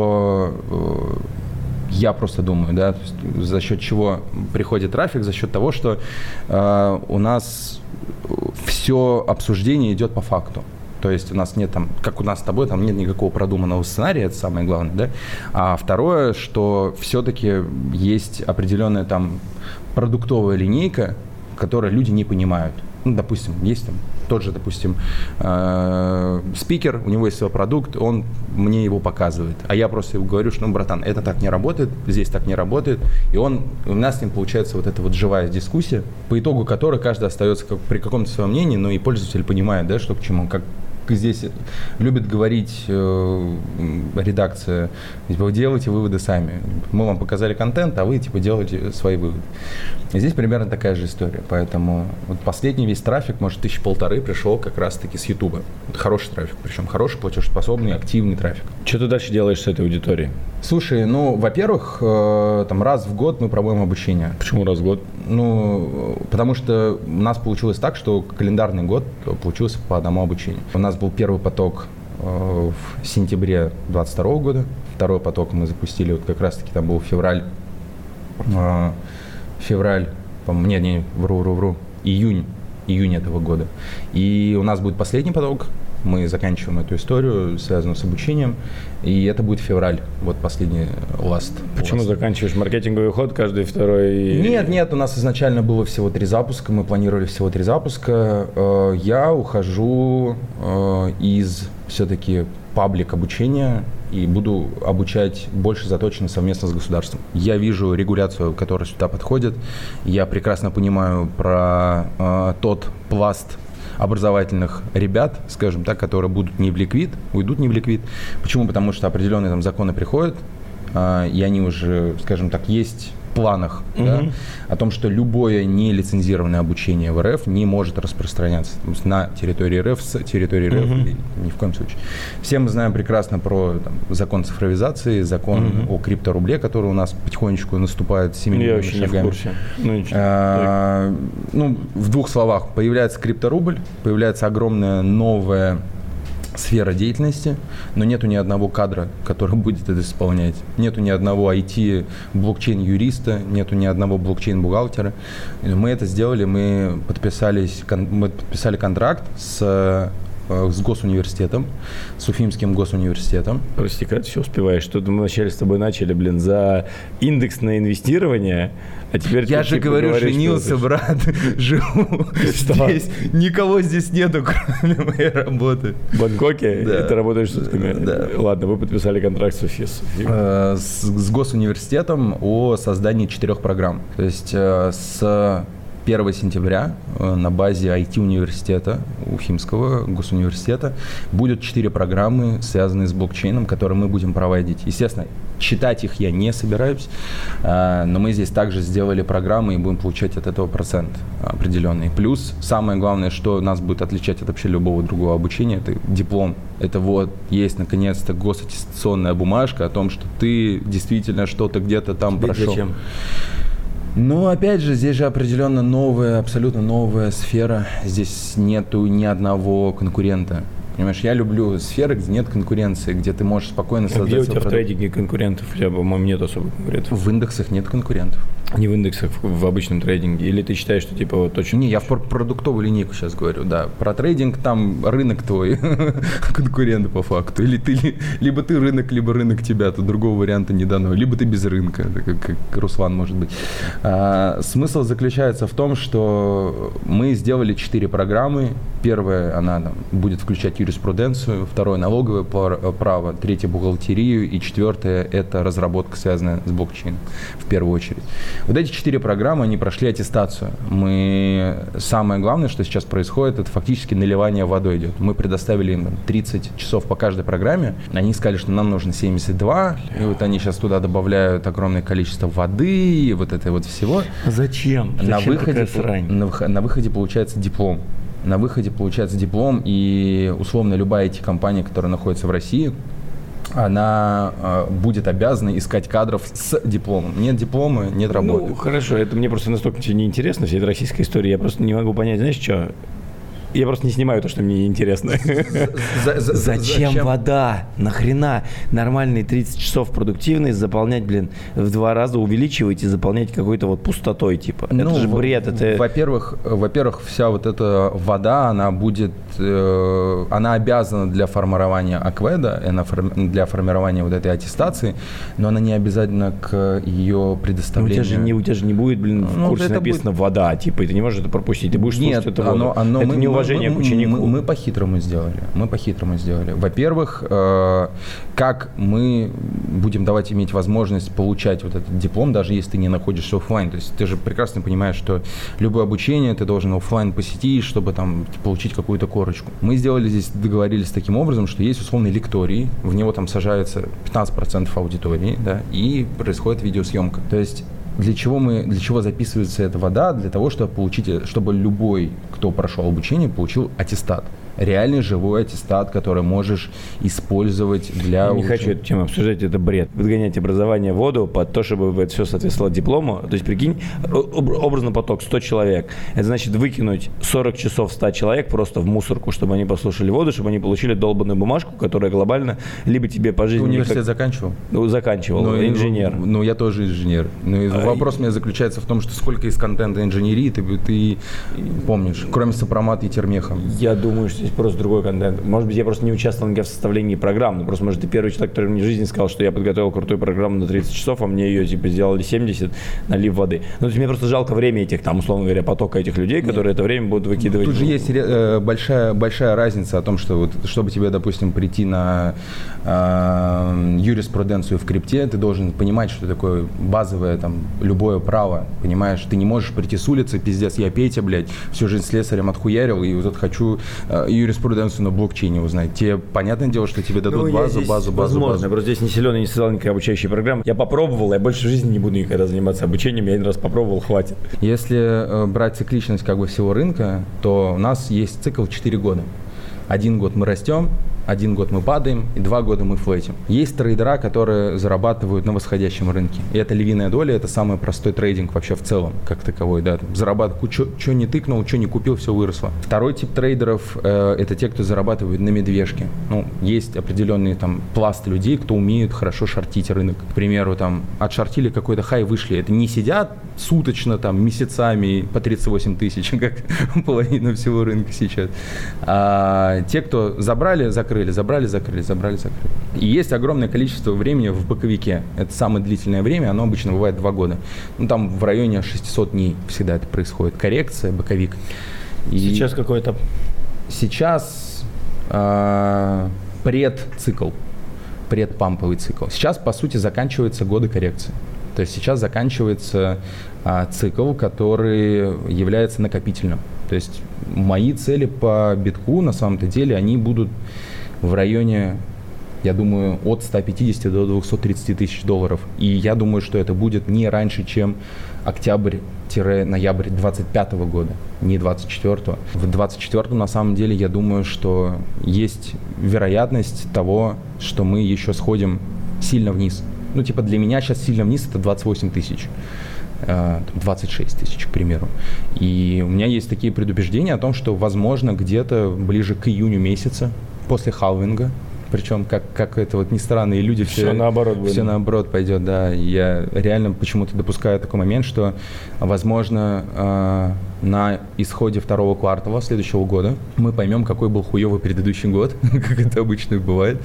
Speaker 2: что я просто думаю, да, то есть за счет чего приходит трафик, за счет того, что э, у нас все обсуждение идет по факту. То есть у нас нет там, как у нас с тобой, там нет никакого продуманного сценария, это самое главное, да. А второе, что все-таки есть определенная там продуктовая линейка, которую люди не понимают. Ну, допустим, есть там тот же, допустим, э, спикер, у него есть свой продукт, он мне его показывает. А я просто ему говорю, что, ну, братан, это так не работает, здесь так не работает. И он, у нас с ним получается вот эта вот живая дискуссия, по итогу которой каждый остается как, при каком-то своем мнении, но и пользователь понимает, да, что к чему, как здесь любит говорить э, редакция, типа, вы делаете выводы сами. Мы вам показали контент, а вы, типа, делаете свои выводы. И здесь примерно такая же история. Поэтому вот последний весь трафик, может, тысячи полторы пришел как раз-таки с Ютуба. Это хороший трафик, причем хороший, платежеспособный, активный трафик.
Speaker 1: Что ты дальше делаешь с этой аудиторией?
Speaker 2: Слушай, ну, во-первых, э, там раз в год мы проводим обучение.
Speaker 1: Почему раз в год?
Speaker 2: Ну, потому что у нас получилось так, что календарный год получился по одному обучению. У нас был первый поток э, в сентябре двадцать второго года, второй поток мы запустили, вот как раз-таки там был февраль, э, февраль, по-моему, нет, не, вру, вру, вру, июнь, июнь этого года. И у нас будет последний поток. Мы заканчиваем эту историю, связанную с обучением, и это будет февраль, вот последний last.
Speaker 1: Почему
Speaker 2: last.
Speaker 1: заканчиваешь маркетинговый ход каждый второй?
Speaker 2: Нет, нет, у нас изначально было всего три запуска, мы планировали всего три запуска. Я ухожу из все-таки паблик обучения и буду обучать больше заточенно совместно с государством. Я вижу регуляцию, которая сюда подходит, я прекрасно понимаю про тот пласт образовательных ребят, скажем так, которые будут не в ликвид, уйдут не в ликвид. Почему? Потому что определенные там законы приходят, э, и они уже, скажем так, есть в планах, угу. да, о том, что любое нелицензированное обучение в РФ не может распространяться на территории РФ, с территории РФ, угу. ни в коем случае. Все мы знаем прекрасно про там, закон цифровизации, закон угу. о крипторубле, который у нас потихонечку наступает семимильными шагами. Я вообще не в курсе. Ну, а, ну, в двух словах, появляется крипторубль, появляется огромная новая сфера деятельности, но нету ни одного кадра, который будет это исполнять. Нету ни одного ай ти-блокчейн-юриста, нету ни одного блокчейн-бухгалтера. Мы это сделали, мы, подписались, мы подписали контракт с, с госуниверситетом, с Уфимским госуниверситетом.
Speaker 1: Прости, когда ты все успеваешь? Что-то мы вначале с тобой начали, блин, за индексное инвестирование, а теперь...
Speaker 2: Я же
Speaker 1: типа
Speaker 2: говорю,
Speaker 1: говоришь,
Speaker 2: женился, брат, живу здесь. Никого здесь нету, кроме моей работы.
Speaker 1: В Бангкоке?
Speaker 2: Да.
Speaker 1: И ты работаешь сутками?
Speaker 2: Да.
Speaker 1: Ладно, вы подписали контракт с Уфи.
Speaker 2: С, с госуниверситетом о создании четырех программ. То есть с первого сентября на базе ай ти-университета, Уфимского госуниверситета, будет четыре программы, связанные с блокчейном, которые мы будем проводить. Естественно, читать их я не собираюсь, но мы здесь также сделали программы и будем получать от этого процент определенный. Плюс самое главное, что нас будет отличать от вообще любого другого обучения, это диплом. Это вот есть наконец-то госаттестационная бумажка о том, что ты действительно что-то где-то там
Speaker 1: Тебе
Speaker 2: прошел.
Speaker 1: Зачем?
Speaker 2: Ну, опять же, здесь же определенно новая, абсолютно новая сфера. Здесь нету ни одного конкурента. Понимаешь, я люблю сферы, где нет конкуренции, где ты можешь спокойно создать...
Speaker 1: А где у тебя в трейдинге конкурентов? У тебя, по-моему, нет особо конкурентов.
Speaker 2: В индексах нет конкурентов.
Speaker 1: Не в индексах, в обычном трейдинге? Или ты считаешь, что типа вот точно...
Speaker 2: Не, я про продуктовую линейку сейчас говорю, да. Про трейдинг там рынок твой, конкурент по факту. Или ты, либо ты рынок, либо рынок тебя, тут другого варианта не дано. Либо ты без рынка, как, как Руслан может быть. А, смысл заключается в том, что мы сделали четыре программы. Первая, она там, будет включать юриспруденцию, второе налоговое право, третье бухгалтерию и четвертое это разработка, связанная с блокчейном в первую очередь. Вот эти четыре программы, они прошли аттестацию. Мы, самое главное, что сейчас происходит, это фактически наливание водой идет. Мы предоставили им тридцать часов по каждой программе, они сказали, что нам нужно семьдесят два, и вот они сейчас туда добавляют огромное количество воды и вот это вот всего.
Speaker 1: Зачем?
Speaker 2: На
Speaker 1: Зачем
Speaker 2: выходе, на, на выходе получается диплом. На выходе получается диплом, и условно любая ай ти-компания, которая находится в России, она э, будет обязана искать кадров с дипломом. Нет диплома, нет работы.
Speaker 1: Ну, хорошо, это мне просто настолько неинтересно, вся эта российская история. Я просто не могу понять, знаешь, что... Я просто не снимаю то, что мне неинтересно. Зачем вода? Нахрена нормальные тридцать часов продуктивность заполнять, блин, в два раза увеличивать и заполнять какой-то вот пустотой, типа? Это же бред. Это...
Speaker 2: Во-первых, во-первых, вся вот эта вода, она будет, э, она обязана для формирования АКВЭДа, для формирования вот этой аттестации, но она не обязательно к ее предоставлению.
Speaker 1: У тебя же не, у тебя же не будет, блин, в ну, курсе написано будет... вода, типа, и ты не можешь это пропустить, ты будешь
Speaker 2: Нет,
Speaker 1: слушать это
Speaker 2: оно, оно,
Speaker 1: это
Speaker 2: мы,
Speaker 1: неуважение
Speaker 2: мы,
Speaker 1: к ученику.
Speaker 2: Мы, мы по-хитрому сделали. Мы по-хитрому сделали. Во-первых, э, как мы будем давать иметь возможность получать вот этот диплом, даже если ты не находишься офлайн. То есть ты же прекрасно понимаешь, что любое обучение ты должен офлайн посетить, чтобы там получить какую-то корочку. Мы сделали здесь, договорились таким образом, что есть условный лекторий, в него там сажается пятнадцать процентов аудитории, да, и происходит видеосъемка. То есть Для чего, мы, для чего записывается эта вода? Для того, чтобы получить, чтобы любой, кто прошел обучение, получил аттестат. Реальный живой аттестат, который можешь использовать для...
Speaker 1: Я не улучшения. Хочу эту тему обсуждать, это бред. Выгонять образование в воду под то, чтобы это все соответствовало диплому. То есть, прикинь, образно поток сто человек. Это значит выкинуть сорок часов ста человек просто в мусорку, чтобы они послушали воду, чтобы они получили долбанную бумажку, которая глобально либо тебе по жизни...
Speaker 2: Ты университет
Speaker 1: как...
Speaker 2: заканчивал?
Speaker 1: Ну, заканчивал,
Speaker 2: ну,
Speaker 1: инженер.
Speaker 2: Ну, ну, я тоже инженер. Ну, а вопрос и... у меня заключается в том, что сколько из контента инженерии ты, ты помнишь, кроме сопромата и термеха?
Speaker 1: Я думаю, что просто другой контент. Может быть, я просто не участвовал в составлении программ. Ну, просто, может, ты первый человек, который мне в жизни сказал, что я подготовил крутую программу на тридцать часов, а мне ее, типа, сделали семьдесят, налив воды. Ну, то есть мне просто жалко время этих, там, условно говоря, потока этих людей, Нет. которые это время будут выкидывать.
Speaker 2: Тут же есть э, большая, большая разница о том, что вот, чтобы тебе, допустим, прийти на э, юриспруденцию в крипте, ты должен понимать, что такое базовое, там, любое право, понимаешь? Ты не можешь прийти с улицы, пиздец, я Петя, блядь, всю жизнь слесарем отхуярил, и вот хочу э, юриспруденцию на блокчейне узнать. Тебе понятное дело, что тебе дадут ну, базу, базу, базу, базу.
Speaker 1: Возможно, я просто здесь не силен и не создал никакой обучающей программы. Я попробовал, я больше в жизни не буду никогда заниматься обучением, я один раз попробовал, хватит.
Speaker 2: Если э, брать цикличность как бы всего рынка, то у нас есть цикл четыре года. Один год мы растем, один год мы падаем, и два года мы флетим. Есть трейдера, которые зарабатывают на восходящем рынке. И это львиная доля, это самый простой трейдинг вообще в целом, как таковой. Да? Зарабатывать, что не тыкнул, что не купил, все выросло. Второй тип трейдеров э, – это те, кто зарабатывает на медвежке. Ну, есть определенные там пласты людей, кто умеет хорошо шортить рынок. К примеру, там, отшортили какой-то хай, вышли. Это не сидят суточно, там, месяцами по тридцать восемь тысяч, как половина всего рынка сейчас. А те, кто забрали, закрыли, забрали, закрыли, забрали, закрыли. И есть огромное количество времени в боковике. Это самое длительное время, оно обычно бывает два года. Ну, там в районе шестьсот дней всегда это происходит. Коррекция, боковик.
Speaker 1: И сейчас какой этап?
Speaker 2: Сейчас э, предцикл, предпамповый цикл. Сейчас, по сути, заканчиваются годы коррекции. То есть сейчас заканчивается а, цикл, который является накопительным. То есть мои цели по битку, на самом-то деле, они будут в районе Я думаю, от ста пятидесяти до двухсот тридцати тысяч долларов. И я думаю, что это будет не раньше, чем октябрь-ноябрь двадцать пятого года, не двадцать четвёртого. В двадцать четвёртом, на самом деле, я думаю, что есть вероятность того, что мы еще сходим сильно вниз. Ну, типа, для меня сейчас сильно вниз это двадцать восемь тысяч. двадцать шесть тысяч, к примеру. И у меня есть такие предубеждения о том, что, возможно, где-то ближе к июню месяца, после халвинга, причем, как, как это вот ни странно, и люди все,
Speaker 1: все наоборот будет.
Speaker 2: Все наоборот пойдет, да. Я реально почему-то допускаю такой момент, что, возможно, э, на исходе второго квартала следующего года мы поймем, какой был хуёвый предыдущий год, как это обычно бывает,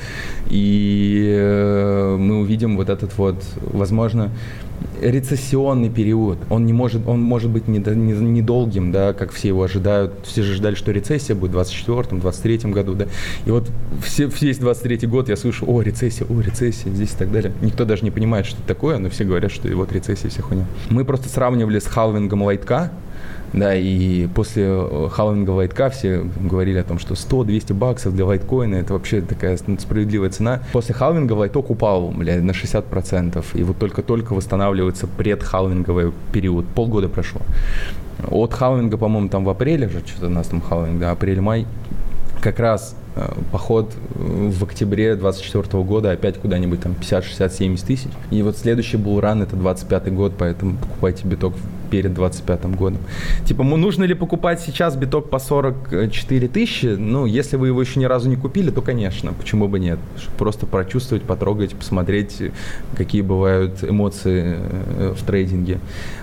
Speaker 2: и э, мы увидим вот этот вот, возможно, рецессионный период. Он не может, он может быть недолгим, не, не да, как все его ожидают. Все же ждали, что рецессия будет в двадцать четвёртом, двадцать третьем году, да. И вот все, весь двадцать третий год я слышу: о, рецессия, о, рецессия, здесь и так далее. Никто даже не понимает, что это такое, но все говорят, что вот рецессия, вся хуйня. Мы просто сравнивали с халвингом лайтка, да, и после халвинга лайтка все говорили о том, что сто-двести баксов для лайткоина — это вообще такая справедливая цена. После халвинга лайток упал, блядь, на шестьдесят процентов, и вот только-только восстанавливается предхалвинговый период, полгода прошло. От халвинга, по-моему, там в апреле же, что-то у нас там халвинг, да, апрель-май, как раз э, поход в октябре двадцать четвёртого года опять куда-нибудь там пятьдесят, шестьдесят, семьдесят тысяч. И вот следующий булран — это двадцать пятый год, поэтому покупайте биток перед двадцать пятым годом. Типа, нужно ли покупать сейчас биток по сорок четыре тысячи? Ну, если вы его еще ни разу не купили, то, конечно, почему бы нет? Просто прочувствовать, потрогать, посмотреть, какие бывают эмоции в трейдинге.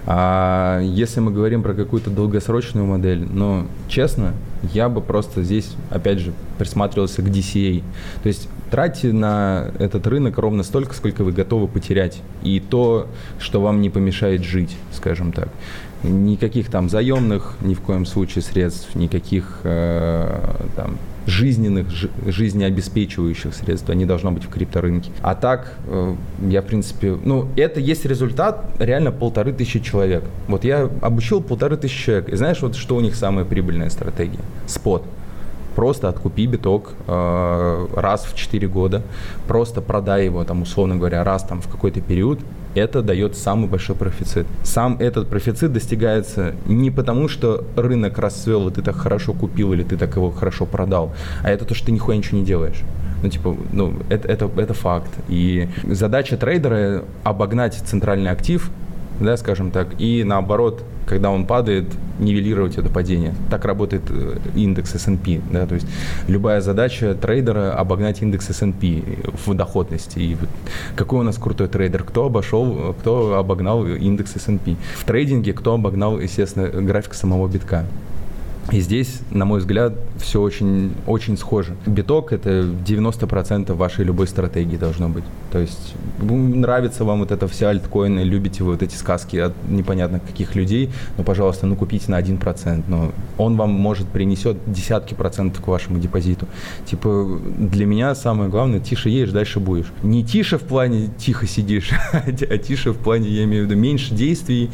Speaker 2: А если мы говорим про какую-то долгосрочную модель, ну, честно, я бы просто здесь, опять же, присматривался к ди си эй. То есть тратьте на этот рынок ровно столько, сколько вы готовы потерять. И то, что вам не помешает жить, скажем так. Никаких там заемных ни в коем случае средств, никаких э, там жизненных, ж, жизнеобеспечивающих средств, они должны быть в крипторынке. А так, э, я в принципе, ну, это есть результат реально полторы тысячи человек. Вот я обучил полторы тысячи человек. И знаешь, вот что у них самая прибыльная стратегия? Спот. Просто откупи биток э, раз в четыре года, просто продай его, там, условно говоря, раз там, в какой-то период. Это дает самый большой профицит. Сам этот профицит достигается не потому, что рынок расцвел, и ты так хорошо купил, или ты так его хорошо продал, а это то, что ты нихуя ничего не делаешь. Ну, типа, ну, это, это, это факт. И задача трейдера — обогнать центральный актив, да, скажем так, и наоборот, когда он падает, нивелировать это падение. Так работает индекс эс энд пи, да, то есть любая задача трейдера — обогнать индекс эс энд пи в доходности. И вот какой у нас крутой трейдер, кто обошел, кто обогнал индекс эс энд пи. В трейдинге кто обогнал, естественно, график самого битка. И здесь, на мой взгляд, все очень, очень схоже. Биток — это девяносто процентов вашей любой стратегии должно быть. То есть нравится вам вот это все альткоины, любите вы вот эти сказки от непонятно каких людей, ну, пожалуйста, ну, купите на один процент. Но он вам, может, принесет десятки процентов к вашему депозиту. Типа, для меня самое главное — тише едешь, дальше будешь. Не тише в плане тихо сидишь, а тише в плане, я имею в виду, меньше действий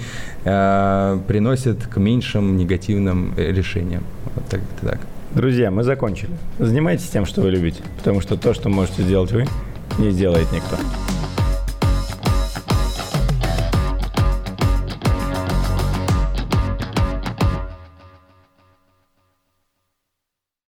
Speaker 2: э, приносит к меньшим негативным решениям. Вот так, так.
Speaker 1: Друзья, мы закончили. Занимайтесь тем, что вы любите, потому что то, что можете сделать вы, не сделает никто.